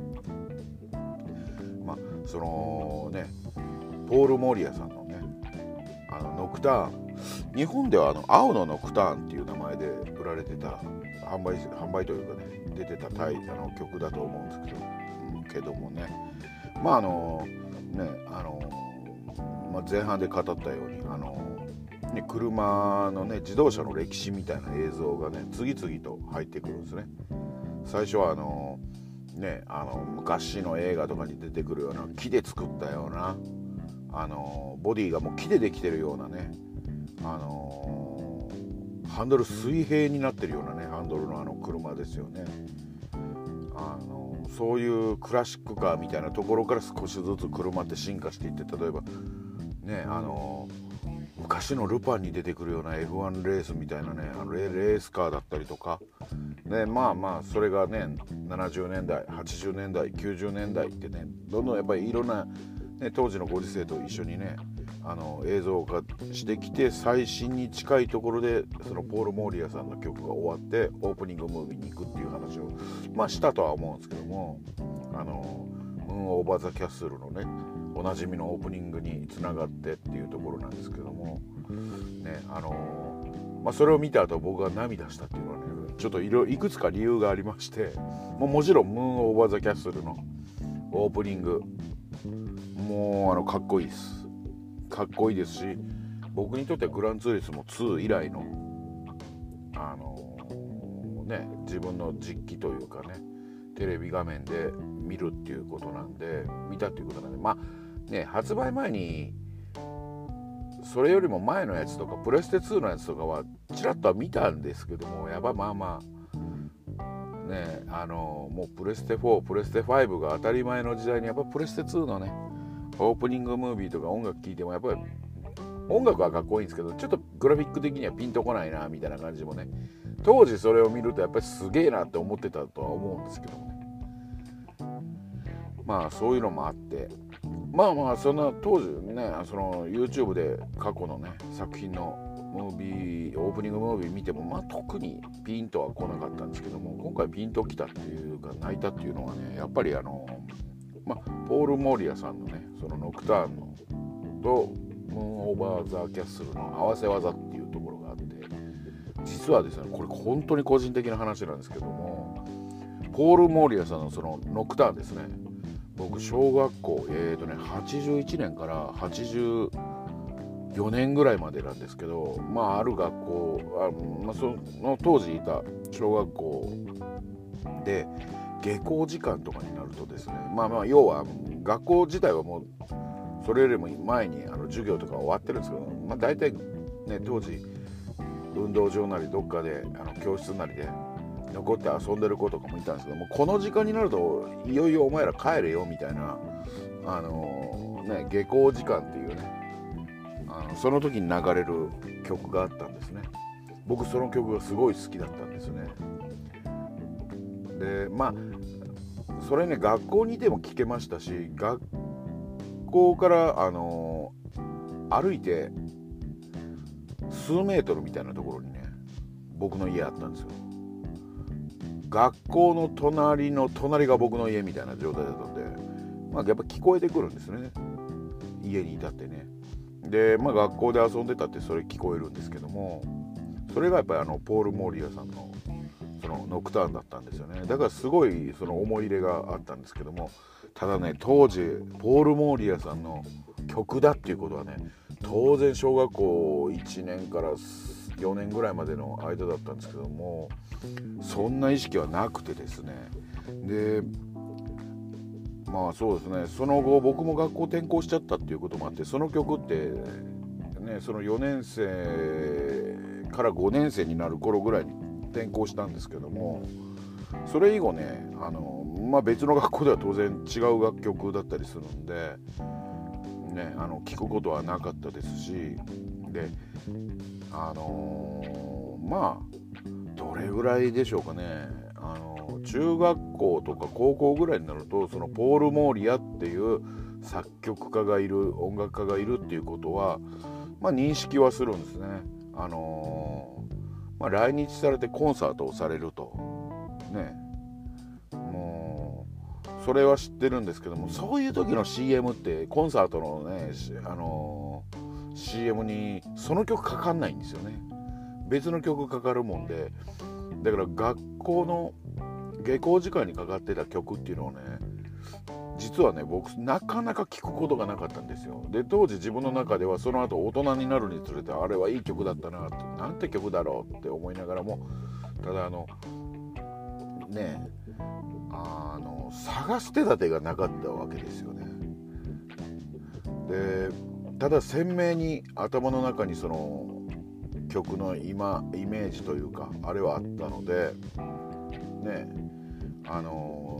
まあそのねポール・モリアさんのねあのノクターン、日本ではあの青のノクターンっていう名前で売られてた販売販売というかね出てたタイあの曲だと思うんですけど、けどもねまああのねあの、まあ、前半で語ったようにあの、ね、車のね自動車の歴史みたいな映像がね次々と入ってくるんですね。最初はあのねあの昔の映画とかに出てくるような木で作ったようなあのボディがもう木でできてるようなねあのハンドル水平になってるようなねハンドルのあの車ですよね。あのそういうクラシックカーみたいなところから少しずつ車って進化していって、例えばねあの昔のルパンに出てくるような エフワン レースみたいなねあの レ, レースカーだったりとかね、まあまあそれがねななじゅうねんだいはちじゅうねんだいきゅうじゅうねんだいってねどんどんやっぱりいろんな、ね、当時のご時世と一緒にねあの映像化してきて最新に近いところでそのポール・モーリアさんの曲が終わってオープニングムービーに行くっていう話をまあしたとは思うんですけども、あのムーン・オーバー・ザ・キャッスルのねおなじみのオープニングにつながってっていうところなんですけどもね、あのまあ、それを見た後僕が涙したっていうのはねちょっといろいくつか理由がありまして、もうもちろんムーン・オーバー・ザ・キャッスルのオープニングもうあのかっこいいですかっこいいですし、僕にとってはグランツーリスモツー以来のあのー、ね自分の実機というかねテレビ画面で見るっていうことなんで見たっていうことなんで、まあね発売前にそれよりも前のやつとかプレステツーのやつとかはちらっとは見たんですけども、やっぱまあまあねあのもうプレステフォープレステファイブが当たり前の時代にやっぱプレステツーのねオープニングムービーとか音楽聴いてもやっぱり音楽はかっこいいんですけどちょっとグラフィック的にはピンとこないなみたいな感じもね当時それを見るとやっぱりすげえなって思ってたとは思うんですけどもね、まあそういうのもあってまあまあそんな当時ねその YouTube で過去のね作品のムービーオープニングムービー見てもまあ特にピンとは来なかったんですけども、今回ピンときたっていうか泣いたっていうのはねやっぱりあのまあポール・モーリアさんのねそのノクターンのとムーン・オーバー・ザ・キャッスルの合わせ技っていうところがあって、実はですねこれ本当に個人的な話なんですけども、ポール・モーリアさんのそのノクターンですね、僕小学校えーとねはちじゅういちねんからはちじゅうよねんぐらいまでなんですけど、まあある学校あ、まあ、その当時いた小学校で下校時間とかになるとですね、まあまあ要は学校自体はもうそれよりも前にあの授業とか終わってるんですけど、まあ大体ね当時運動場なりどっかであの教室なりで残って遊んでる子とかもいたんですけども、この時間になるといよいよお前ら帰れよみたいなあのね下校時間っていうねあのその時に流れる曲があったんですね。僕その曲がすごい好きだったんですね。でまあそれね学校にいても聴けましたし、学校からあの歩いて数メートルみたいなところにね僕の家あったんですよ。学校の隣の隣が僕の家みたいな状態だったんで、 まあ、やっぱ聞こえてくるんですね、家にいたってね。で、まあ、学校で遊んでたってそれ聞こえるんですけども、それがやっぱりあのポール・モーリアさんのそのノクターンだったんですよね。だからすごいその思い入れがあったんですけども、ただね、当時ポール・モーリアさんの曲だっていうことはね、当然小学校いちねんからよねんぐらいまでの間だったんですけども、そんな意識はなくてですね。でまあそうですね、その後僕も学校転校しちゃったっていうこともあって、その曲ってね、そのよねん生からごねん生になる頃ぐらいに転校したんですけども、それ以後ね、あの、まあ、別の学校では当然違う楽曲だったりするんで、ね、あの聞くことはなかったですし、であのー、まあどれぐらいでしょうかね、あの中学校とか高校ぐらいになると、そのポール・モーリアっていう作曲家がいる、音楽家がいるっていうことは、まあ、認識はするんですね。あのーまあ、来日されてコンサートをされるとね、もうそれは知ってるんですけども、そういう時の シーエム ってコンサートのね、あのー、シーエム にその曲かかんないんですよね。別の曲かかるもんで、だから学校の下校時間にかかってた曲っていうのをね、実はね、僕なかなか聞くことがなかったんですよ。で、当時自分の中ではその後大人になるにつれて、あれはいい曲だったなって、なんて曲だろうって思いながらも、ただあのねあの探す手立てがなかったわけですよね。で、ただ鮮明に頭の中にその曲の今イメージというかあれはあったのでね、あの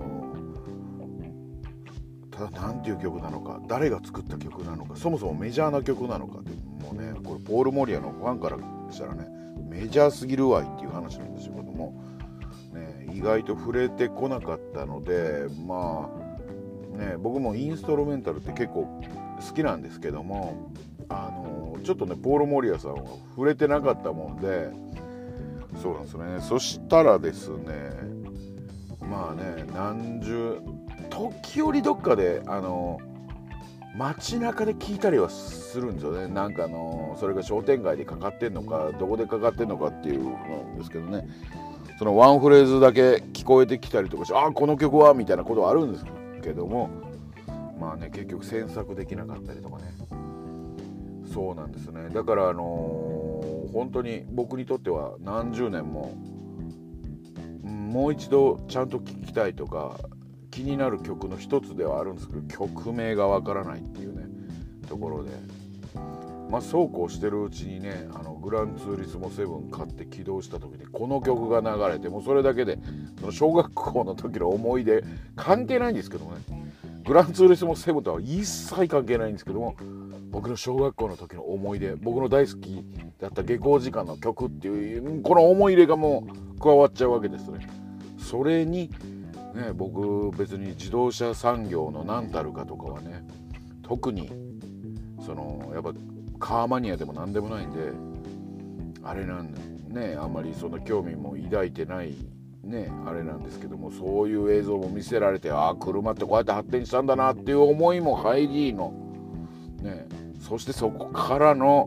ただ何ていう曲なのか、誰が作った曲なのか、そもそもメジャーな曲なのかって、もうね、これポール・モリアのファンからしたらね、メジャーすぎるわいっていう話なんですけども、ね、意外と触れてこなかったので、まあね、僕もインストルメンタルって結構好きなんですけども、あのちょっとねポール・モリアさんは触れてなかったもんで、そうなんですね。そしたらですね、まあね、何十時折どっかであの街中で聞いたりはするんですよね。なんかあのそれが商店街でかかってんのかどこでかかってんのかっていうのですけどね、そのワンフレーズだけ聞こえてきたりとかして、ああこの曲はみたいなことはあるんですけども、まあね、結局詮索できなかったりとかね。そうなんですね。だからあのー、本当に僕にとっては何十年ももう一度ちゃんと聴きたいとか気になる曲の一つではあるんですけど、曲名がわからないっていうねところで、まあそうこうしてるうちにね、あのグランツーリスモセブン買って起動した時にこの曲が流れて、もうそれだけでその小学校の時の思い出関係ないんですけどもね、グランツーリスモセブンとは一切関係ないんですけども、僕の小学校の時の思い出、僕の大好きだった下校時間の曲っていうこの思い入れがもう加わっちゃうわけですね。それにね、僕別に自動車産業の何たるかとかはね、特にそのやっぱカーマニアでも何でもないんであれなんね、あんまりそんな興味も抱いてないね、あれなんですけども、そういう映像も見せられて、ああ車ってこうやって発展したんだなっていう思いも入りのね、そしてそこからの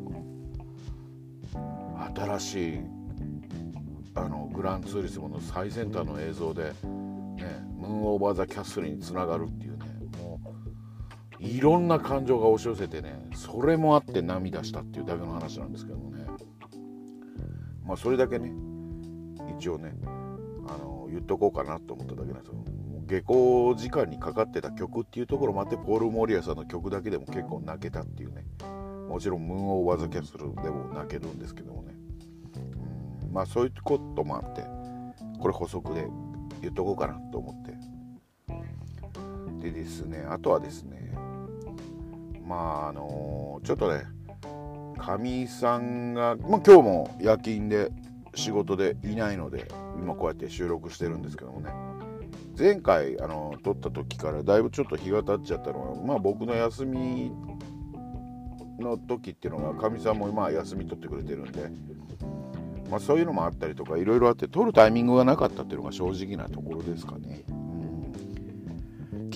新しいあのグランツーリスモの最先端の映像で、ね、ムーンオーバーザキャッスルにつながるっていうね、もういろんな感情が押し寄せてね、それもあって涙したっていうだけの話なんですけどもね、まあそれだけね一応ねあの言っとこうかなと思っただけなんですよ。下校時間にかかってた曲っていうところもあって、ポール・モリアさんの曲だけでも結構泣けたっていうね、もちろんムーンオーバーザキャッスルでも泣けるんですけどもね、うん、まあそういうこともあってこれ補足で言っとこうかなと思って、でですね、あとはですね、まああのちょっとねかみさんが、まあ、今日も夜勤で仕事でいないので今こうやって収録してるんですけどもね、前回あの撮った時からだいぶちょっと日が経っちゃったのは、まあ僕の休みの時っていうのがかみさんもまあ休み取ってくれてるんで、まあそういうのもあったりとかいろいろあって撮るタイミングがなかったっていうのが正直なところですかね。うん、昨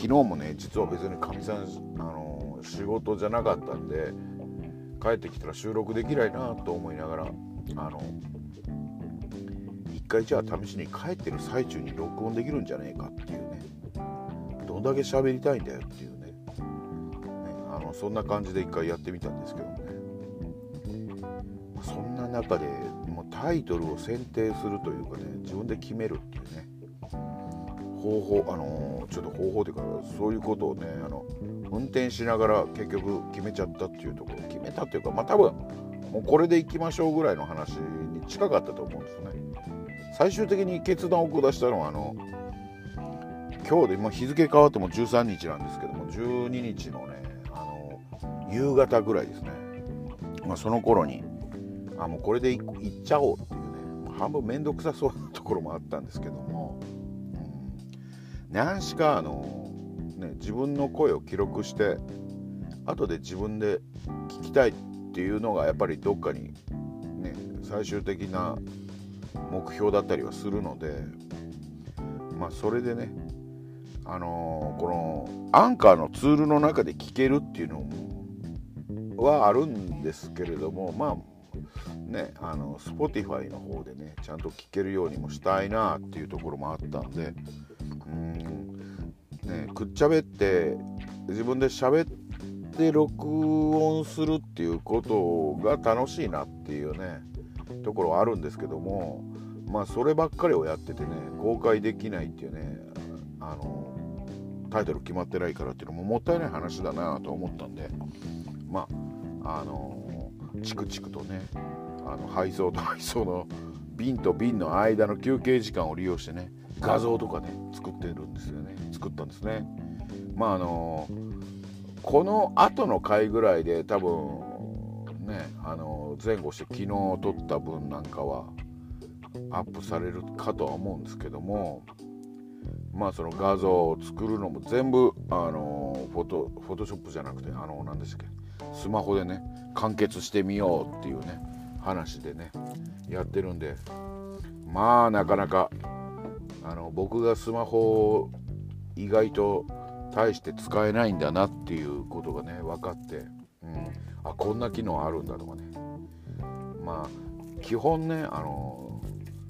昨日もね実は別にかみさん、あのー、仕事じゃなかったんで帰ってきたら収録できないなと思いながら、あの一回じゃあ試しに帰ってる最中に録音できるんじゃねえかっていうね、どんだけ喋りたいんだよっていうね、ねあのそんな感じで一回やってみたんですけどね、そんな中でもうタイトルを選定するというかね、自分で決めるっていうね方法、あのー、ちょっと方法というかそういうことをね、あの運転しながら結局決めちゃったっていうところ、決めたっていうかまあ多分もうこれでいきましょうぐらいの話に近かったと思うんですよね。最終的に決断を下したのはあの今日で、まあ、日付変わってもじゅうさんにちなんですけども、じゅうににちのねあの夕方ぐらいですね、まあ、その頃にあもうこれでい行っちゃおうっていうね、半分めんどくさそうなところもあったんですけども、うん、何しかあの、ね、自分の声を記録して後で自分で聞きたいっていうのがやっぱりどっかにね最終的な目標だったりはするので、まあそれでねあのー、このアンカーのツールの中で聞けるっていうのはあるんですけれども、まあねあの Spotify の方でねちゃんと聞けるようにもしたいなっていうところもあったんで、うんねくっちゃべって自分で喋って録音するっていうことが楽しいなっていうねところはあるんですけども、まあそればっかりをやっててね公開できないっていうね、あのタイトル決まってないからっていうのももったいない話だなと思ったんで、まああのチクチクとねあの配送と配送の瓶と瓶の間の休憩時間を利用してね画像とかね作ってるんですよね作ったんですね。まああのこの後の回ぐらいで多分ねあの前後して昨日撮った分なんかはアップされるかとは思うんですけども、まあその画像を作るのも全部あのフォトフォトショップじゃなくてあの何でしたっけスマホでね完結してみようっていうね話でねやってるんで、まあなかなかあの僕がスマホを意外と大して使えないんだなっていうことがね分かって、うん、あこんな機能あるんだとかね、まあ基本ねあの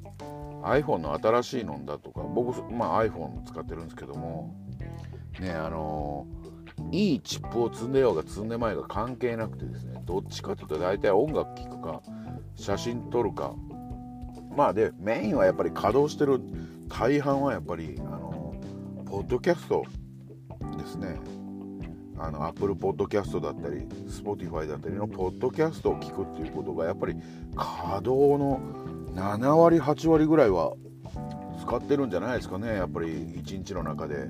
iPhone の新しいのだとか僕、まあ、iPhone 使ってるんですけどもねあのいいチップを積んでようが積んでまいが関係なくてですね、どっちかというと大体音楽聴くか写真撮るか、まあでメインはやっぱり稼働してる大半はやっぱりあのポッドキャストですね。あの Apple Podcast だったり Spotify だったりのポッドキャストを聞くっていうことがやっぱり稼働のななわりはちわりぐらいは使ってるんじゃないですかね、やっぱりいちにちの中で。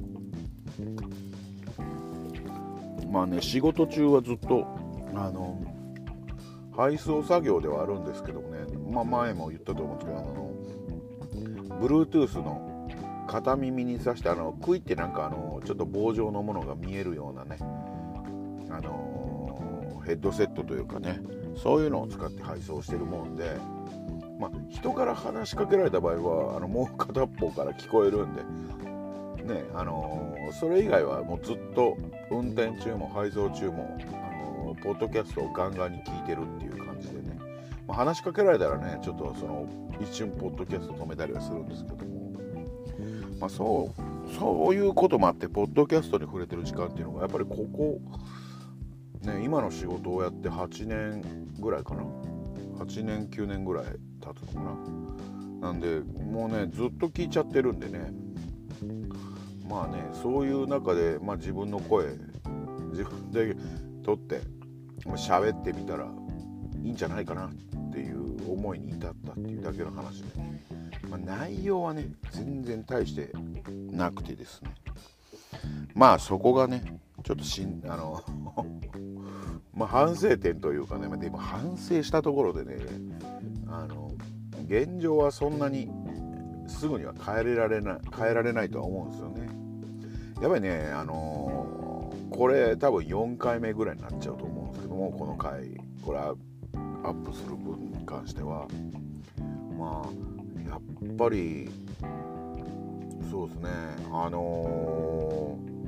まあね仕事中はずっとあの配送作業ではあるんですけどもね、まあ、前も言ったと思うんですけどあの Bluetooth の片耳に挿してあのクイってなんかあのちょっと棒状のものが見えるようなねあのヘッドセットというかねそういうのを使って配送してるもんで、まあ人から話しかけられた場合はあのもう片っ方から聞こえるんでね、あのそれ以外はもうずっと運転中も配送中もあのポッドキャストをガンガンに聞いてるっていう感じでね、まあ、話しかけられたらねちょっとその一瞬ポッドキャスト止めたりはするんですけども、まあ、そうそういうこともあってポッドキャストに触れてる時間っていうのがやっぱりここ、ね、今の仕事をやってはちねんぐらいかなはちねんきゅうねんぐらい経つのかな、なんでもうねずっと聞いちゃってるんでね、まあねそういう中で、まあ、自分の声自分で撮って喋ってみたらいいんじゃないかなっていう思いに至ったっていうだけの話で、まあ、内容はね全然大してなくてですね、まあそこがねちょっとしんあのまあ反省点というかね、でも反省したところでねあの現状はそんなにすぐには変えられない変えられないとは思うんですよね。やっぱりねあのー、これ多分よんかいめぐらいになっちゃうと思うんですけども、この回これアップする分に関してはまあやっぱりそうですねあの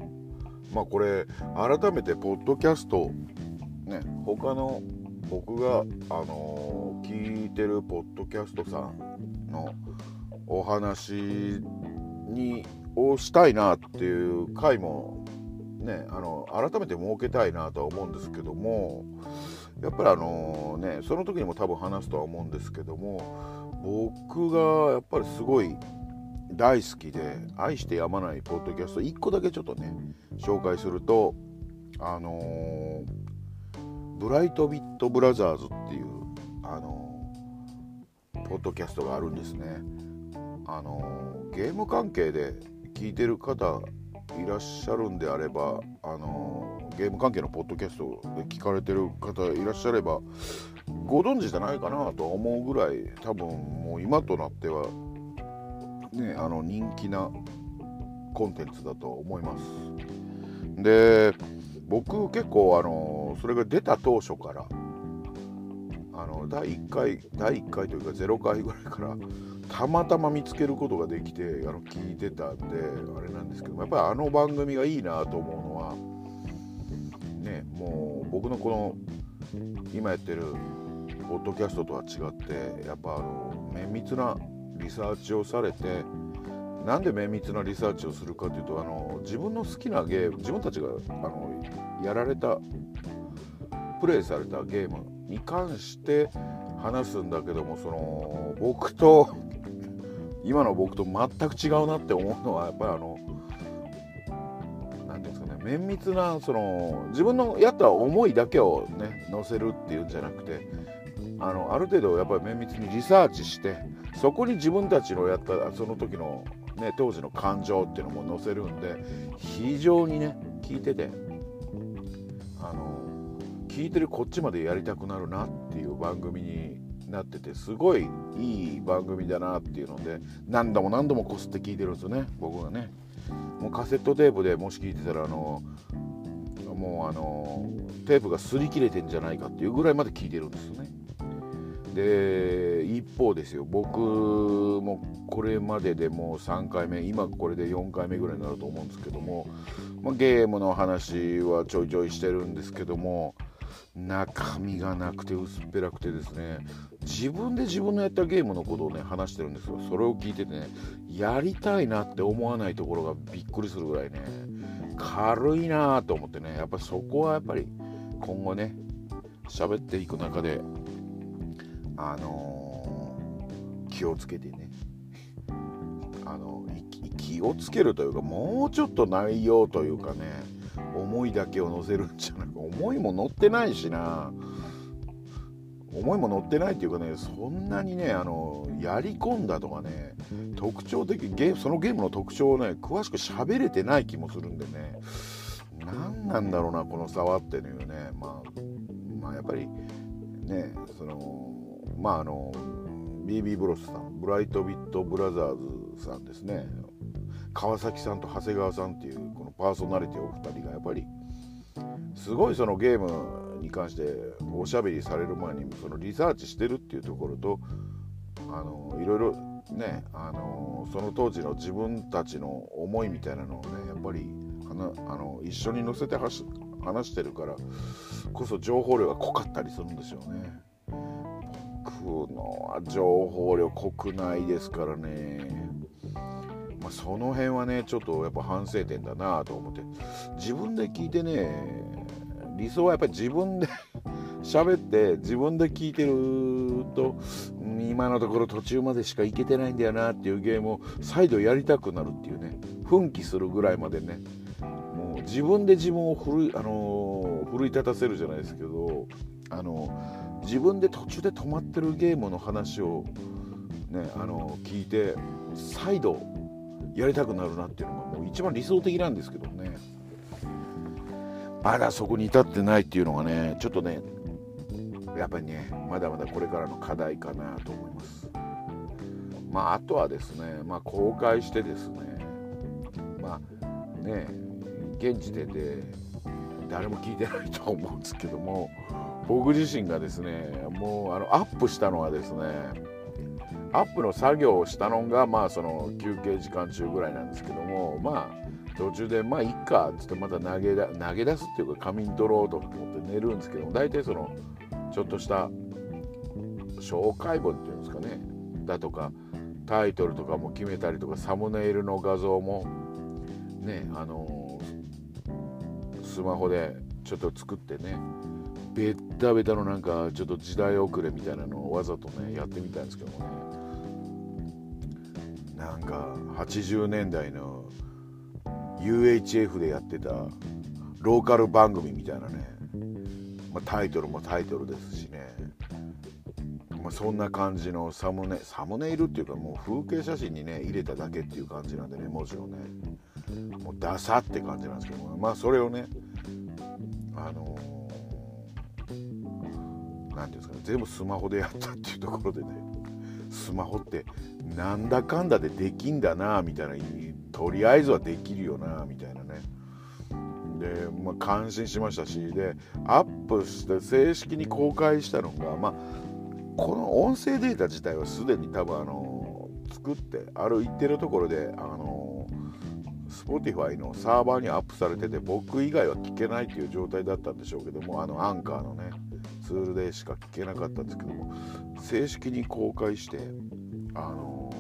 まあこれ改めてポッドキャストね、他の僕が、あのー、聞いてるポッドキャストさんのお話にをしたいなっていう回もね、あの改めて設けたいなとは思うんですけども、やっぱりあのね、その時にも多分話すとは思うんですけども、僕がやっぱりすごい大好きで愛してやまないポッドキャストいっこだけちょっとね紹介すると、あのー、ブライトビットブラザーズっていう、あのー、ポッドキャストがあるんですね。あのー、ゲーム関係で聞いてる方いらっしゃるんであれば、あのー、ゲーム関係のポッドキャストで聞かれてる方いらっしゃればご存知じゃないかなと思うぐらい、多分もう今となってはね、あの人気なコンテンツだと思います。で、僕結構あのそれが出た当初からあのだいいっかいだいいっかいというかゼロかいぐらいからたまたま見つけることができて、あの聞いてたんであれなんですけども、やっぱりあの番組がいいなと思うのはね、もう僕のこの今やってるポッドキャストとは違って、やっぱあの綿密なリサーチをされて、なんで綿密なリサーチをするかというと、あの自分の好きなゲーム、自分たちがあのやられたプレイされたゲームに関して話すんだけども、その僕と今の僕と全く違うなって思うのは、やっぱりあの何ていうんですかね、綿密なその自分のやった思いだけをね載せるっていうんじゃなくて、あのある程度やっぱり綿密にリサーチして、そこに自分たちのやったその時のね当時の感情っていうのも載せるんで、非常にね聞いててあの聞いてるこっちまでやりたくなるなっていう番組になってて、すごいいい番組だなっていうので何度も何度もこすって聞いてるんですよね、僕がね。もうカセットテープでもし聞いてたらあのもうあのテープが擦り切れてんじゃないかっていうぐらいまで聞いてるんですよね。で一方ですよ、僕もこれまででもうさんかいめ、今これでよんかいめぐらいになると思うんですけども、まあ、ゲームの話はちょいちょいしてるんですけども、中身がなくて薄っぺらくてですね、自分で自分のやったゲームのことをね話してるんですよ。それを聞いててね、やりたいなって思わないところがびっくりするぐらいね軽いなと思ってね、やっぱそこはやっぱり今後ね喋っていく中であのー、気をつけてね、あの気をつけるというか、もうちょっと内容というかね、思いだけを載せるんじゃなく、思いも載ってないしな、思いも載ってないっていうかね、そんなにねあのやり込んだとかね、特徴的ゲームそのゲームの特徴をね詳しく喋れてない気もするんでね、何なんだろうなこの差はっていうね、まあまあやっぱりね、そのまああの ビービー ブロスさん、ブライトビットブラザーズさんですね、川崎さんと長谷川さんっていうこのパーソナリティお二人がやっぱりすごいそのゲームに関しておしゃべりされる前にそのリサーチしてるっていうところと、あのいろいろね、あのその当時の自分たちの思いみたいなのをねやっぱりあの一緒に乗せて話してるからこそ情報量が濃かったりするんですよね。僕のは情報量濃くないですからね、まあ、その辺はねちょっとやっぱ反省点だなと思って、自分で聞いてね、理想はやっぱり自分で喋って自分で聞いてると、今のところ途中までしかいけてないんだよなっていうゲームを再度やりたくなるっていうね、奮起するぐらいまでね、もう自分で自分を奮い、あのー、奮い立たせるじゃないですけど、あのー、自分で途中で止まってるゲームの話をね、あのー、聞いて再度やりたくなるなっていうのがもう一番理想的なんですけどね、まだそこに至ってないっていうのがねちょっとねやっぱりねまだまだこれからの課題かなと思います。まああとはですね、まあ公開してですね、まあね現時点で誰も聞いてないと思うんですけども、僕自身がですねもうあのアップしたのはですね、アップの作業をしたのがまあその休憩時間中ぐらいなんですけども、まあ途中でまあいっかっつってまた投げだ投げ出すっていうか仮眠取ろうと思って寝るんですけども、大体そのちょっとした紹介文っていうんですかねだとかタイトルとかも決めたりとか、サムネイルの画像もねあのー、スマホでちょっと作ってね、ベッタベタのなんかちょっと時代遅れみたいなのをわざとねやってみたんですけどもね、なんかはちじゅうねんだいの ユーエイチエフ でやってたローカル番組みたいなね、まあ、タイトルもタイトルですしね、まあ、そんな感じのサムネサムネイルっていうかもう風景写真にね入れただけっていう感じなんでね、もちろんねもうダサって感じなんですけども、まあそれをねあのー、なんていうんですかね、全部スマホでやったっていうところでね、スマホってなんだかんだでできんだなみたいな、とりあえずはできるよなみたいなね、で、まあ、感心しましたし、でアップして正式に公開したのが、まあ、この音声データ自体はすでに多分あの作ってある一定のところであの Spotify のサーバーにアップされてて、僕以外は聞けないっていう状態だったんでしょうけども、あのアンカーのねツールでしか聞けなかったんですけども、正式に公開してあの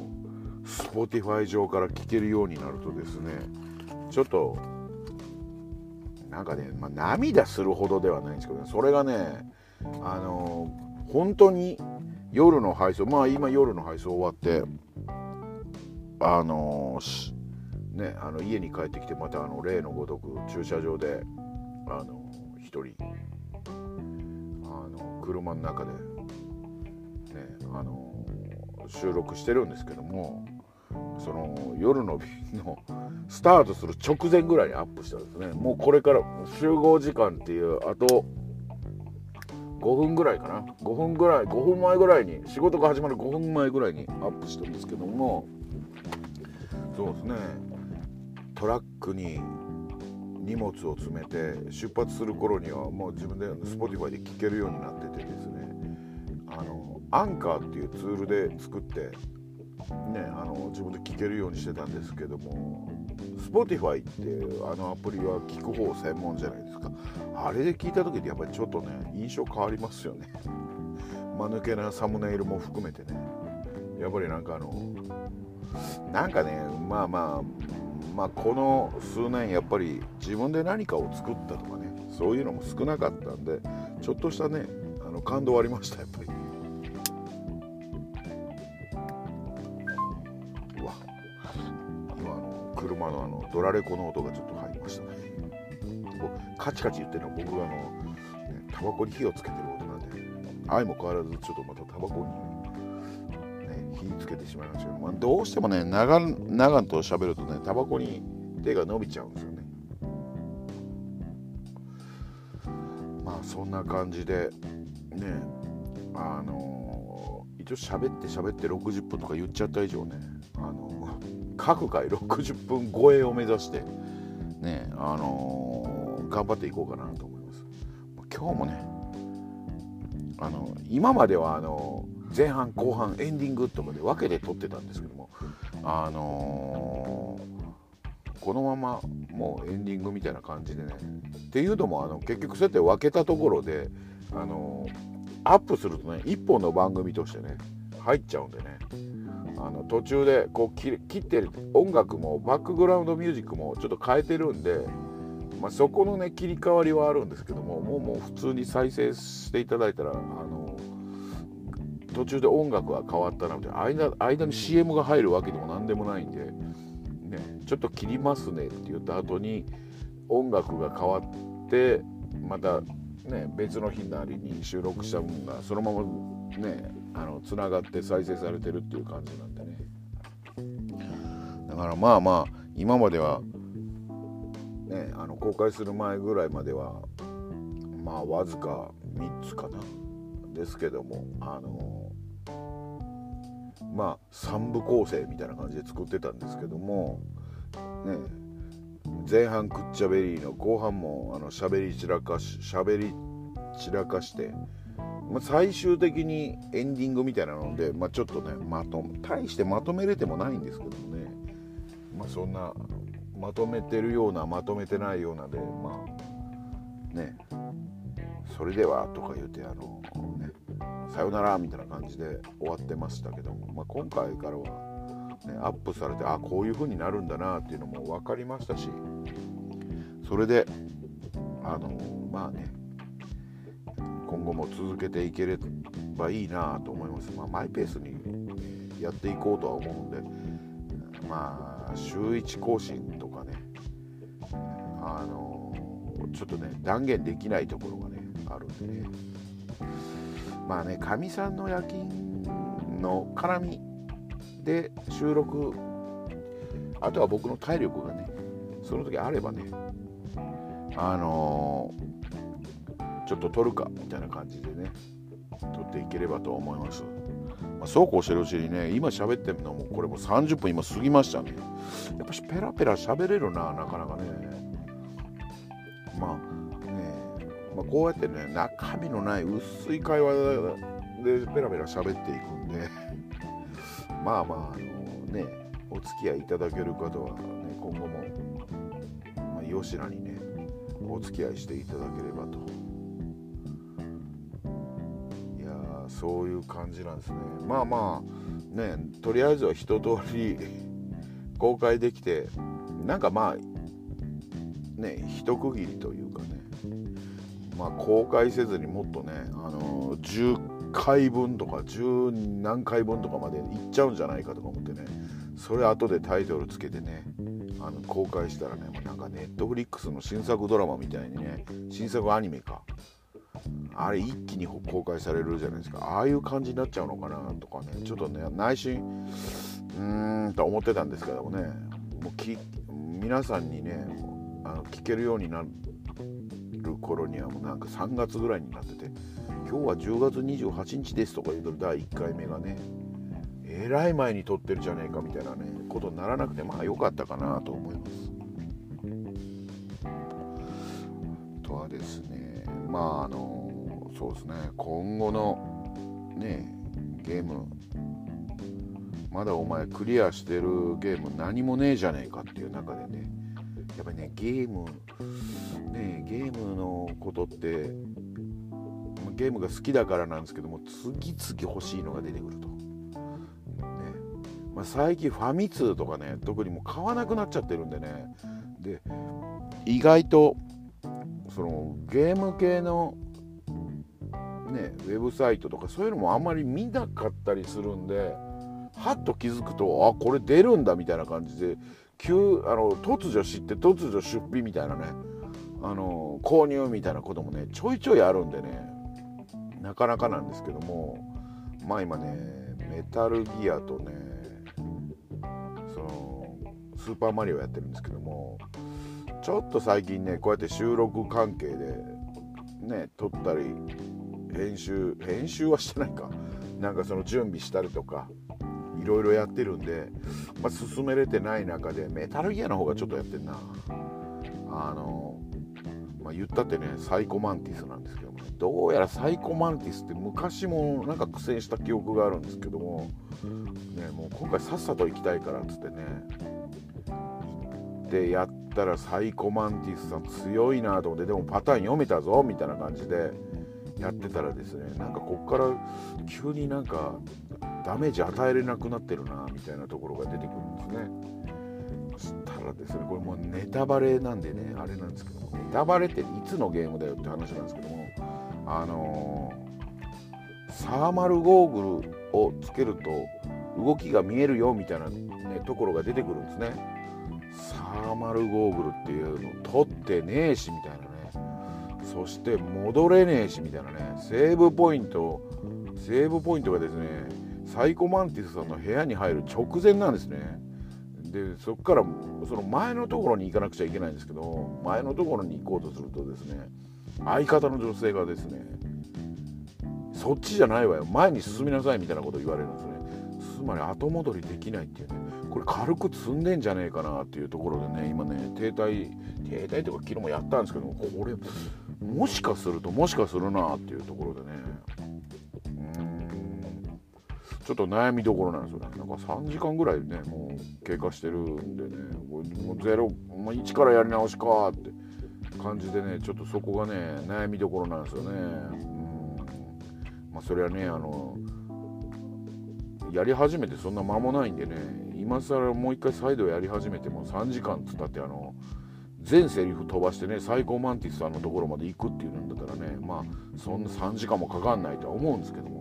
Spotify 上から聞けるようになるとですね、ちょっとなんかね、まあ、涙するほどではないんですけど、ね、それがねあの本当に夜の配送、まあ今夜の配送終わってあのねあの家に帰ってきて、またあの例のごとく駐車場であの一人あの車の中でねあの収録してるんですけども、その夜の便のスタートする直前ぐらいにアップしたんですね。もうこれから集合時間っていうあとごふんぐらいかな、ごふんぐらいごふんまえぐらいに、仕事が始まるごふんまえぐらいにアップしたんですけども、そうですね、トラックに荷物を詰めて出発する頃にはもう自分で Spotify で聴けるようになっててですね、あのアンカーっていうツールで作ってね、あの自分で聴けるようにしてたんですけども、 Spotify っていうあのアプリは聴く方専門じゃないですか。あれで聞いた時ってやっぱりちょっとね印象変わりますよね。間抜けなサムネイルも含めてね、やっぱりなんかあのなんかねまあまあまあこの数年やっぱり自分で何かを作ったとかね、そういうのも少なかったんで、ちょっとしたねあの感動ありました。やっぱりうわ今あの車のあのドラレコの音がちょっと入りましたね。カチカチ言ってるのは僕があの、ね、タバコに火をつけてる音なんで、相も変わらずちょっとまたタバコに、ね、火つけてしまいましたけど、まあ、どうしてもね長々と喋るとねタバコに手が伸びちゃうんですよね。まあそんな感じでね、あのー、一応喋って喋ってろくじゅっぷんとか言っちゃった以上ね、あのー、各回ろくじゅっぷん超えを目指してね、あのー頑張っていこうかなと思います。今日もねあの今まではあの前半後半エンディングとかで分けて撮ってたんですけども、あのー、このままもうエンディングみたいな感じでね、っていうのもあの結局そうやって分けたところであのー、アップするとね一本の番組としてね入っちゃうんでね、あの途中でこう切切ってる音楽もバックグラウンドミュージックもちょっと変えてるんで、まあ、そこのね切り替わりはあるんですけども、もうもう普通に再生していただいたらあの途中で音楽が変わったなみたいな、間間に シーエム が入るわけでもなんでもないんで、ね、ちょっと切りますねって言った後に音楽が変わってまたね別の日なりに収録した分がそのままねあのつながって再生されてるっていう感じなんでね、だからまあまあ今まではね、あの公開する前ぐらいまではまあわずかみっつかなですけども、あのまあさんぶ構成みたいな感じで作ってたんですけども、ね、前半くっちゃべりの後半もあのしゃべり散らかししゃべり散らかして、まあ、最終的にエンディングみたいなので、まあ、ちょっとねまと大してまとめれてもないんですけどもね、まあ、そんなまとめてるようなまとめてないようなで、まあね、それではとか言うてあの、ね、さよならみたいな感じで終わってましたけども、まあ、今回からは、ね、アップされて、あ、こういう風になるんだなっていうのも分かりましたし、それであのまあね、今後も続けていければいいなと思います。まあ、マイペースにやっていこうとは思うんで、まあ週いち更新とかね、あのちょっとね断言できないところがねあるんでね、まあね、かみさんの夜勤の絡みで収録、あとは僕の体力がねその時あればね、あのちょっと撮るかみたいな感じでね撮っていければと思います。まあ、そうこうしてるうちにね、今喋ってるのもこれもさんじゅっぷん今過ぎましたね。やっぱしペラペラ喋れるな、なかなかね。まあね、まあ、こうやってね中身のない薄い会話でペラペラ喋っていくんでまあまあ、あのね、お付き合いいただける方はね、今後も、まあ、吉名にねお付き合いしていただければと。いやー、そういう感じなんですね。まあまあね、とりあえずは一通り公開できて、なんかまあね一区切りというかね、まあ公開せずにもっとね、あのー、じゅっかいぶんとかじゅう何回分とかまでいっちゃうんじゃないかとか思ってね、それ後でタイトルつけてね、あの公開したらね、もうなんかネットフリックスの新作ドラマみたいにね、新作アニメか、あれ一気に公開されるじゃないですか。ああいう感じになっちゃうのかなとかね、ちょっとね内心うーんと思ってたんですけどもね、もうき皆さんにねあの聞けるようになる頃にはもうなんかさんがつぐらいになってて、今日はじゅうがつにじゅうはちにちですとか言うとだいいっかいめがね、えらい前に撮ってるじゃねえかみたいなねことにならなくて、まあ良かったかなと思います。あとはですね、まああのそうですね、今後のねゲーム、まだお前クリアしてるゲーム何もねえじゃねえかっていう中でね、やっぱりねゲームねゲームのことってゲームが好きだからなんですけども、次々欲しいのが出てくると、ね、まあ、最近ファミ通とかね特にもう買わなくなっちゃってるんでね、で意外とそのゲーム系のねウェブサイトとかそういうのもあんまり見なかったりするんで、はっと気づくと、あ、これ出るんだみたいな感じで急あの突如知って突如出費みたいなね、あの購入みたいなこともねちょいちょいあるんでね、なかなかなんですけども、まあ今ねメタルギアとねそのスーパーマリオやってるんですけども、ちょっと最近ねこうやって収録関係でね撮ったり編集編集はしてないかなんかその準備したりとかいろいろやってるんで、まあ、進めれてない中でメタルギアの方がちょっとやってんな。あのまあ、言ったってねサイコマンティスなんですけども、ね、どうやらサイコマンティスって昔もなんか苦戦した記憶があるんですけども、ね、もう今回さっさと行きたいからっつってね行ってやったらサイコマンティスさん強いなと思って、でもパターン読めたぞみたいな感じでやってたらですね、なんかこっから急になんかダメージ与えれなくなってるなみたいなところが出てくるんですね。そしたらですね、これもうネタバレなんでねあれなんですけども、ネタバレっていつのゲームだよって話なんですけども、あのー、サーマルゴーグルをつけると動きが見えるよみたいな、ね、ところが出てくるんですね。サーマルゴーグルっていうの取ってねえしみたいなね、そして戻れねえしみたいなね、セーブポイントセーブポイントがですねサイコマンティスさんの部屋に入る直前なんですね。でそこからその前のところに行かなくちゃいけないんですけど、前のところに行こうとするとですね、相方の女性がですね、そっちじゃないわよ、前に進みなさいみたいなことを言われるんですね。つまり後戻りできないっていうね、これ軽く積んでんじゃねえかなっていうところでね、今ね停滞停滞というか昨日もやったんですけども、これもしかするともしかするなっていうところでね、うーんちょっと悩みどころなんですよね。なんかさんじかんぐらいねもう経過してるんでね、もうゼロ、もういちからやり直しかって感じでね、ちょっとそこがね悩みどころなんですよね。うん、まあそれはね、あのやり始めてそんな間もないんでね、今更もう一回再度やり始めてもさんじかんつったってあの全セリフ飛ばしてね、サイコマンティスさんのところまで行くっていうんだったらね、まあそんなさんじかんもかかんないとは思うんですけども、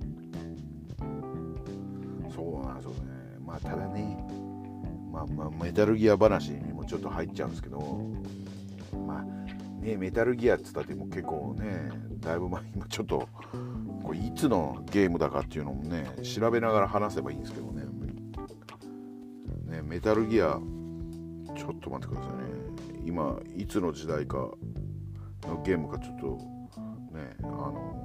そうなんですよね。まあただね、まあまあメタルギア話にもちょっと入っちゃうんですけど、まあね、メタルギアっつったってもう結構ね、だいぶ前、今ちょっとこれいつのゲームだかっていうのもね調べながら話せばいいんですけどね。ね、メタルギアちょっと待ってくださいね。今いつの時代かのゲームかちょっとね、あの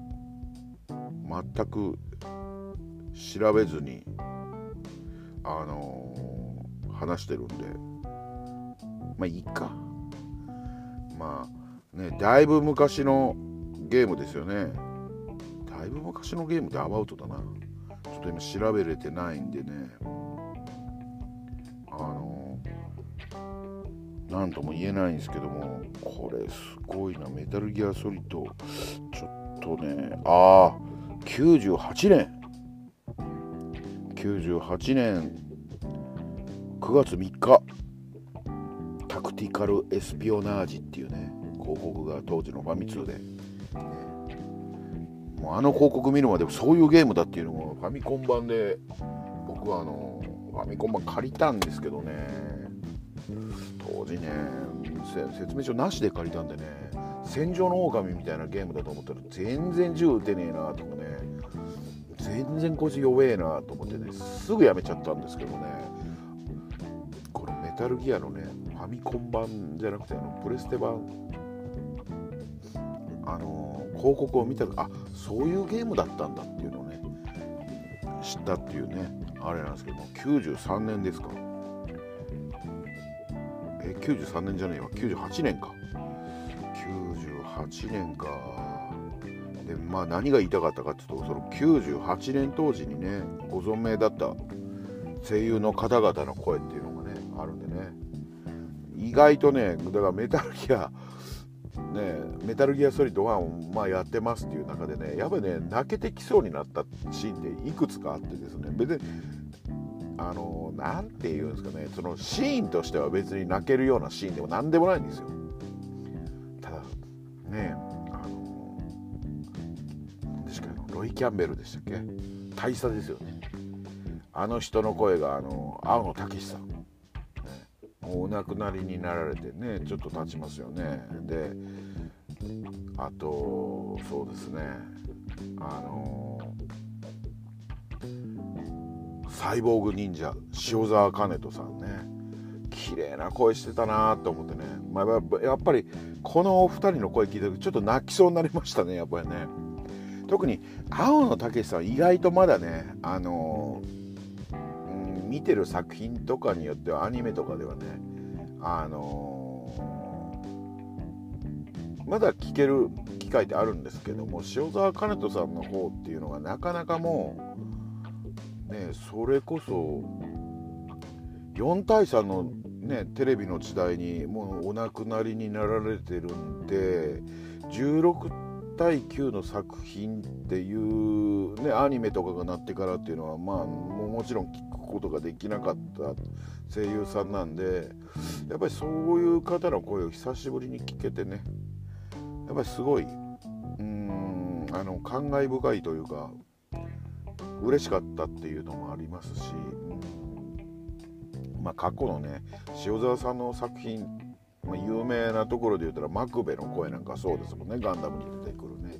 全く調べずにあの話してるんで、まあいいか。まあね、だいぶ昔のゲームですよね。だいぶ昔のゲームでアバウトだな。ちょっと今調べれてないんでね、あのなんとも言えないんですけども、これすごいな。メタルギアソリッドちょっとね、ああきゅうじゅうはちねんきゅうじゅうはちねんくがつみっか、タクティカルエスピオナージっていうね広告が当時のファミ通で、ね、もうあの広告見るまでそういうゲームだっていうのもファミコン版で僕はあのファミコン版借りたんですけどね、当時ね説明書なしで借りたんでね、戦場の狼みたいなゲームだと思ったら全然銃撃てねえなとかね、全然こいつ弱えなと思ってねすぐやめちゃったんですけどね、このメタルギアのねファミコン版じゃなくてあのプレステ版、あのー、広告を見たらあそういうゲームだったんだっていうのをね知ったっていうねあれなんですけども、きゅうじゅうさんねんですか、えきゅうじゅうさんねんじゃねえわ、きゅうじゅうはちねんか、きゅうじゅうはちねんか。でまあ何が言いたかったかっていうと、そのきゅうじゅうはちねん当時にねご存命だった声優の方々の声っていうのがねあるんでね、意外とね、だからメタルギアね、メタルギアソリッドワンをまあやってますっていう中でね、やっぱりね泣けてきそうになったシーンっていくつかあってですね、別にあのなんていうんですかね、そのシーンとしては別に泣けるようなシーンでもなんでもないんですよ。ただね、あの確かにロイ・キャンベルでしたっけ、大佐ですよね。あの人の声があの青野武さん、ね、もうお亡くなりになられてねちょっと経ちますよね。であとそうですね、あのサイボーグ忍者塩沢兼人さんね、綺麗な声してたなと思ってね、まあ、やっぱりこのお二人の声聞いた時ちょっと泣きそうになりましたね、やっぱりね。特に青野武さん意外とまだね、あのーうん、見てる作品とかによってはアニメとかではね、あのー、まだ聞ける機会ってあるんですけども、塩沢兼人さんの方っていうのがなかなかもうね、それこそよんたいさんのねテレビの時代にもうお亡くなりになられてるんで、じゅうろくたいきゅうの作品っていうねアニメとかがなってからっていうのはまあもうもちろん聞くことができなかった声優さんなんで、やっぱりそういう方の声を久しぶりに聞けてね、やっぱりすごいうーんあの感慨深いというか嬉しかったっていうのもありますし、まあ過去のね塩沢さんの作品、まあ、有名なところで言ったらマクベの声なんかそうですもんね、ガンダムに出てくるね。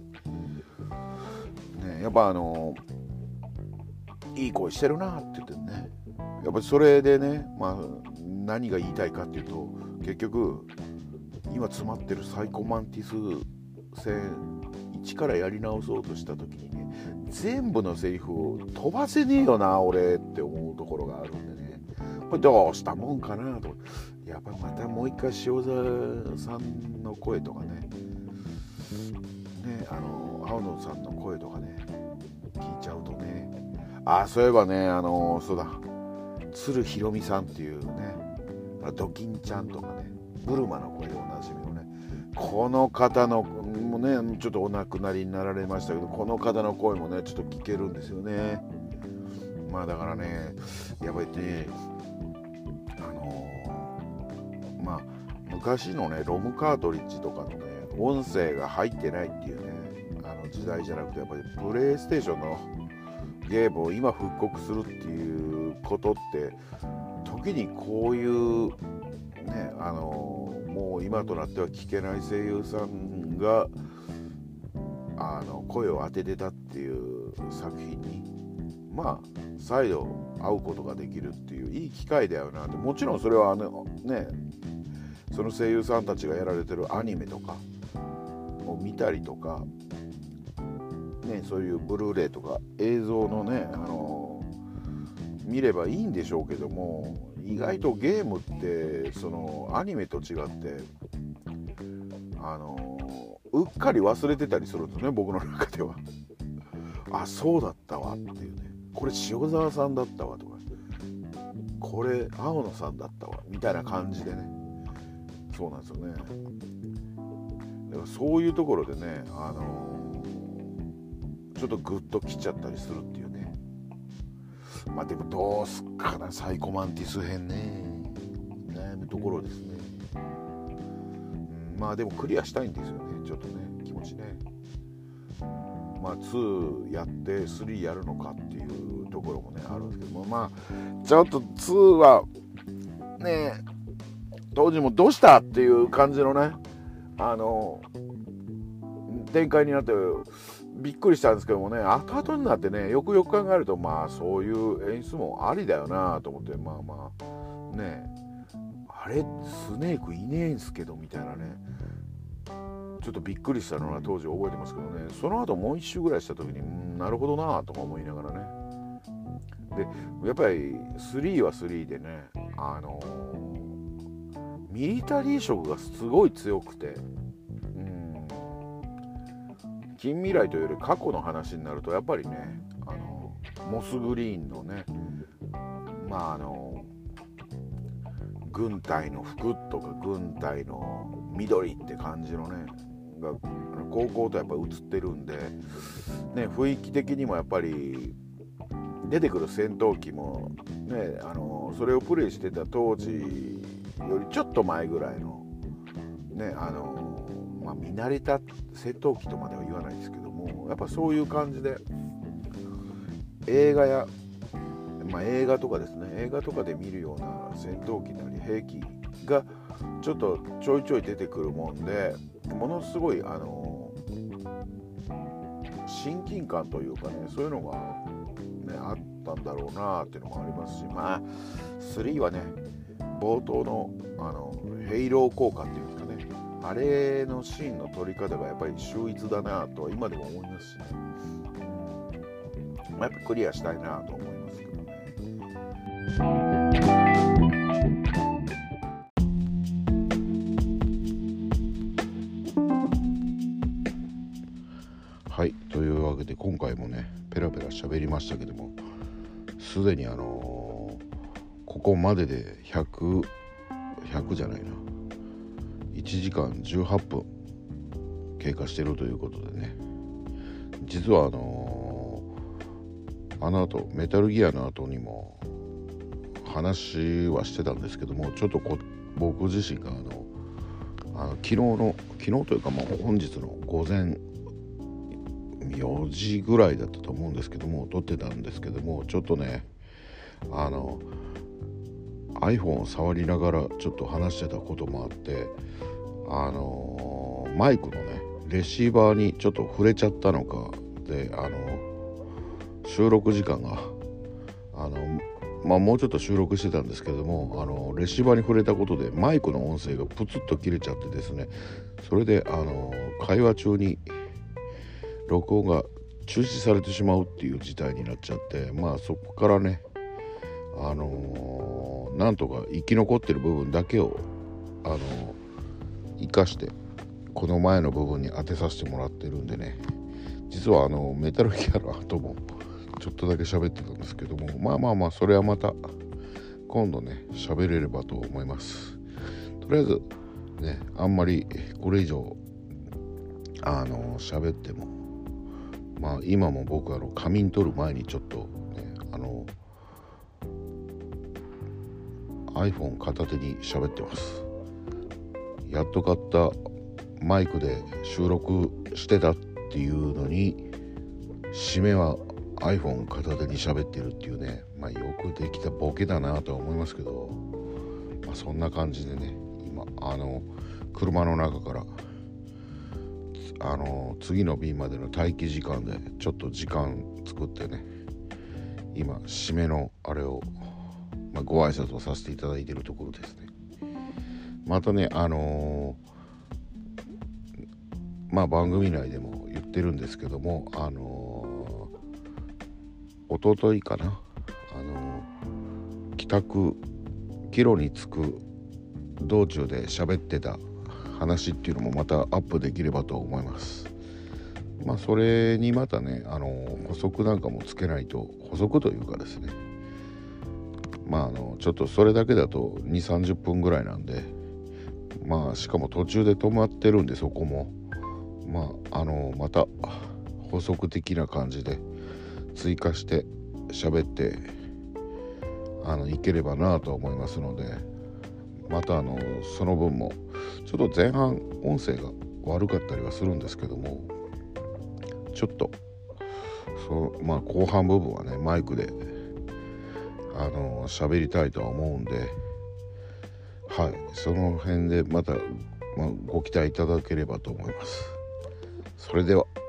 ねやっぱあのいい声してるなって言ってね、やっぱりそれでね、まあ何が言いたいかっていうと、結局今詰まってるサイコマンティス戦一からやり直そうとした時にね、全部のセリフを飛ばせねえよな俺って思うところがあるんでね、これどうしたもんかなと。やっぱまたもう一回塩沢さんの声とかね、ねあの青野さんの声とかね聞いちゃうとね、 あ、そういえばね、あのー、そうだ、鶴ひろみさんっていうね、ドキンちゃんとかね、ブルマの声でおなじみのね、この方のもね、ちょっとお亡くなりになられましたけど、この方の声もねちょっと聞けるんですよね。まあだからね、やっぱりね、あのー、まあ昔のねロムカートリッジとかのね音声が入ってないっていうね、あの時代じゃなくて、やっぱりプレイステーションのゲームを今復刻するっていうことって、時にこういうね、あのー、もう今となっては聞けない声優さんがあの声を当ててたっていう作品にまあ再度会うことができるっていういい機会だよなって。もちろんそれはあのね、その声優さんたちがやられてるアニメとかを見たりとかね、そういうブルーレイとか映像のね、あの見ればいいんでしょうけども、意外とゲームってそのアニメと違ってあのうっかり忘れてたりするんですね、僕の中では。あ、そうだったわっていうね、これ塩沢さんだったわとか、これ青野さんだったわみたいな感じでね、そうなんですよね。だからそういうところでね、あのー、ちょっとグッときちゃったりするっていうね。まあでもどうすっかな、サイコマンティス編ね、悩むところですね。うん、まあでもクリアしたいんですよね、ちょっとね、気持ちね。まあにやってさんやるのかっていうところもねあるんですけども、まあちょっとにはね、当時もどうしたっていう感じのね、あの展開になってびっくりしたんですけどもね、後々になってね、よくよく考えると、まあそういう演出もありだよなと思って、まあまあね、あれスネークいねえんすけどみたいなね、ちょっとびっくりしたのは当時覚えてますけどね。その後もう一周ぐらいした時に、うん、なるほどなとか思いながらね。でやっぱりさんはさんでね、あのー、ミリタリー色がすごい強くて、うん、近未来というより過去の話になると、やっぱりね、あのモスグリーンのね、まああの軍隊の服とか軍隊の緑って感じのねが高校とやっぱ映ってるんで、ね、雰囲気的にもやっぱり出てくる戦闘機もね、あのそれをプレイしてた当時よりちょっと前ぐらいのね、あのまあ見慣れた戦闘機とまでは言わないですけども、やっぱそういう感じで映画や、まあ、映画とかですね、映画とかで見るような戦闘機なり兵器がちょっとちょいちょい出てくるもんで、ものすごいあの親近感というかね、そういうのが、ね、あったんだろうなっていうのもありますし、まあさんはね、冒頭のあのヘイロー効果っていうんですかね、あれのシーンの撮り方がやっぱり秀逸だなとは今でも思いますしね、うん、まあ、やっぱクリアしたいなと思いますけどね。はい、というわけで今回もねペラペラ喋りましたけども、すでにあのー、ここまででひゃく、ひゃくじゃないな、いちじかんじゅうはっぷん経過してるということでね、実はあのー、あの後メタルギアの後にも話はしてたんですけども、ちょっとこ僕自身があのあの昨日の昨日というかもう本日の午前よじぐらいだったと思うんですけども撮ってたんですけども、ちょっとねあの iPhone を触りながらちょっと話してたこともあって、あのマイクのねレシーバーにちょっと触れちゃったのかで、あの収録時間があのまあもうちょっと収録してたんですけども、あのレシーバーに触れたことでマイクの音声がプツッと切れちゃってですね、それであの会話中に録音が中止されてしまうっていう事態になっちゃって、まあそこからね、あのー、なんとか生き残ってる部分だけを、あのー、生かしてこの前の部分に当てさせてもらってるんでね、実はあのメタルギアの後もちょっとだけ喋ってたんですけども、まあまあまあそれはまた今度ね喋れればと思います。とりあえずね、あんまりこれ以上あの喋っても、まあ今も僕あの仮眠取る前にちょっとねあの iPhone 片手に喋ってます。やっと買ったマイクで収録してたっていうのに締めは iPhone 片手に喋ってるっていうね、まあよくできたボケだなとは思いますけど、まあ、そんな感じでね今あの車の中からあの次の便までの待機時間でちょっと時間作ってね今締めのあれを、まあ、ご挨拶をさせていただいているところですね。またねあのー、まあ番組内でも言ってるんですけども、あのー、一昨日かな、あのー、帰宅帰路に着く道中で喋ってた話っていうのもまたアップできればと思います。まあそれにまたねあの補足なんかもつけないと、補足というかですね、まああのちょっとそれだけだとにじゅうさんじゅっぷんぐらいなんで、まあしかも途中で止まってるんで、そこもまああのまた補足的な感じで追加して喋ってあのいければなと思いますので、またあのその分もちょっと前半音声が悪かったりはするんですけども、ちょっとそまあ後半部分はねマイクであの喋りたいとは思うんで、はい、その辺でまた、まあ、ご期待いただければと思います。それでは。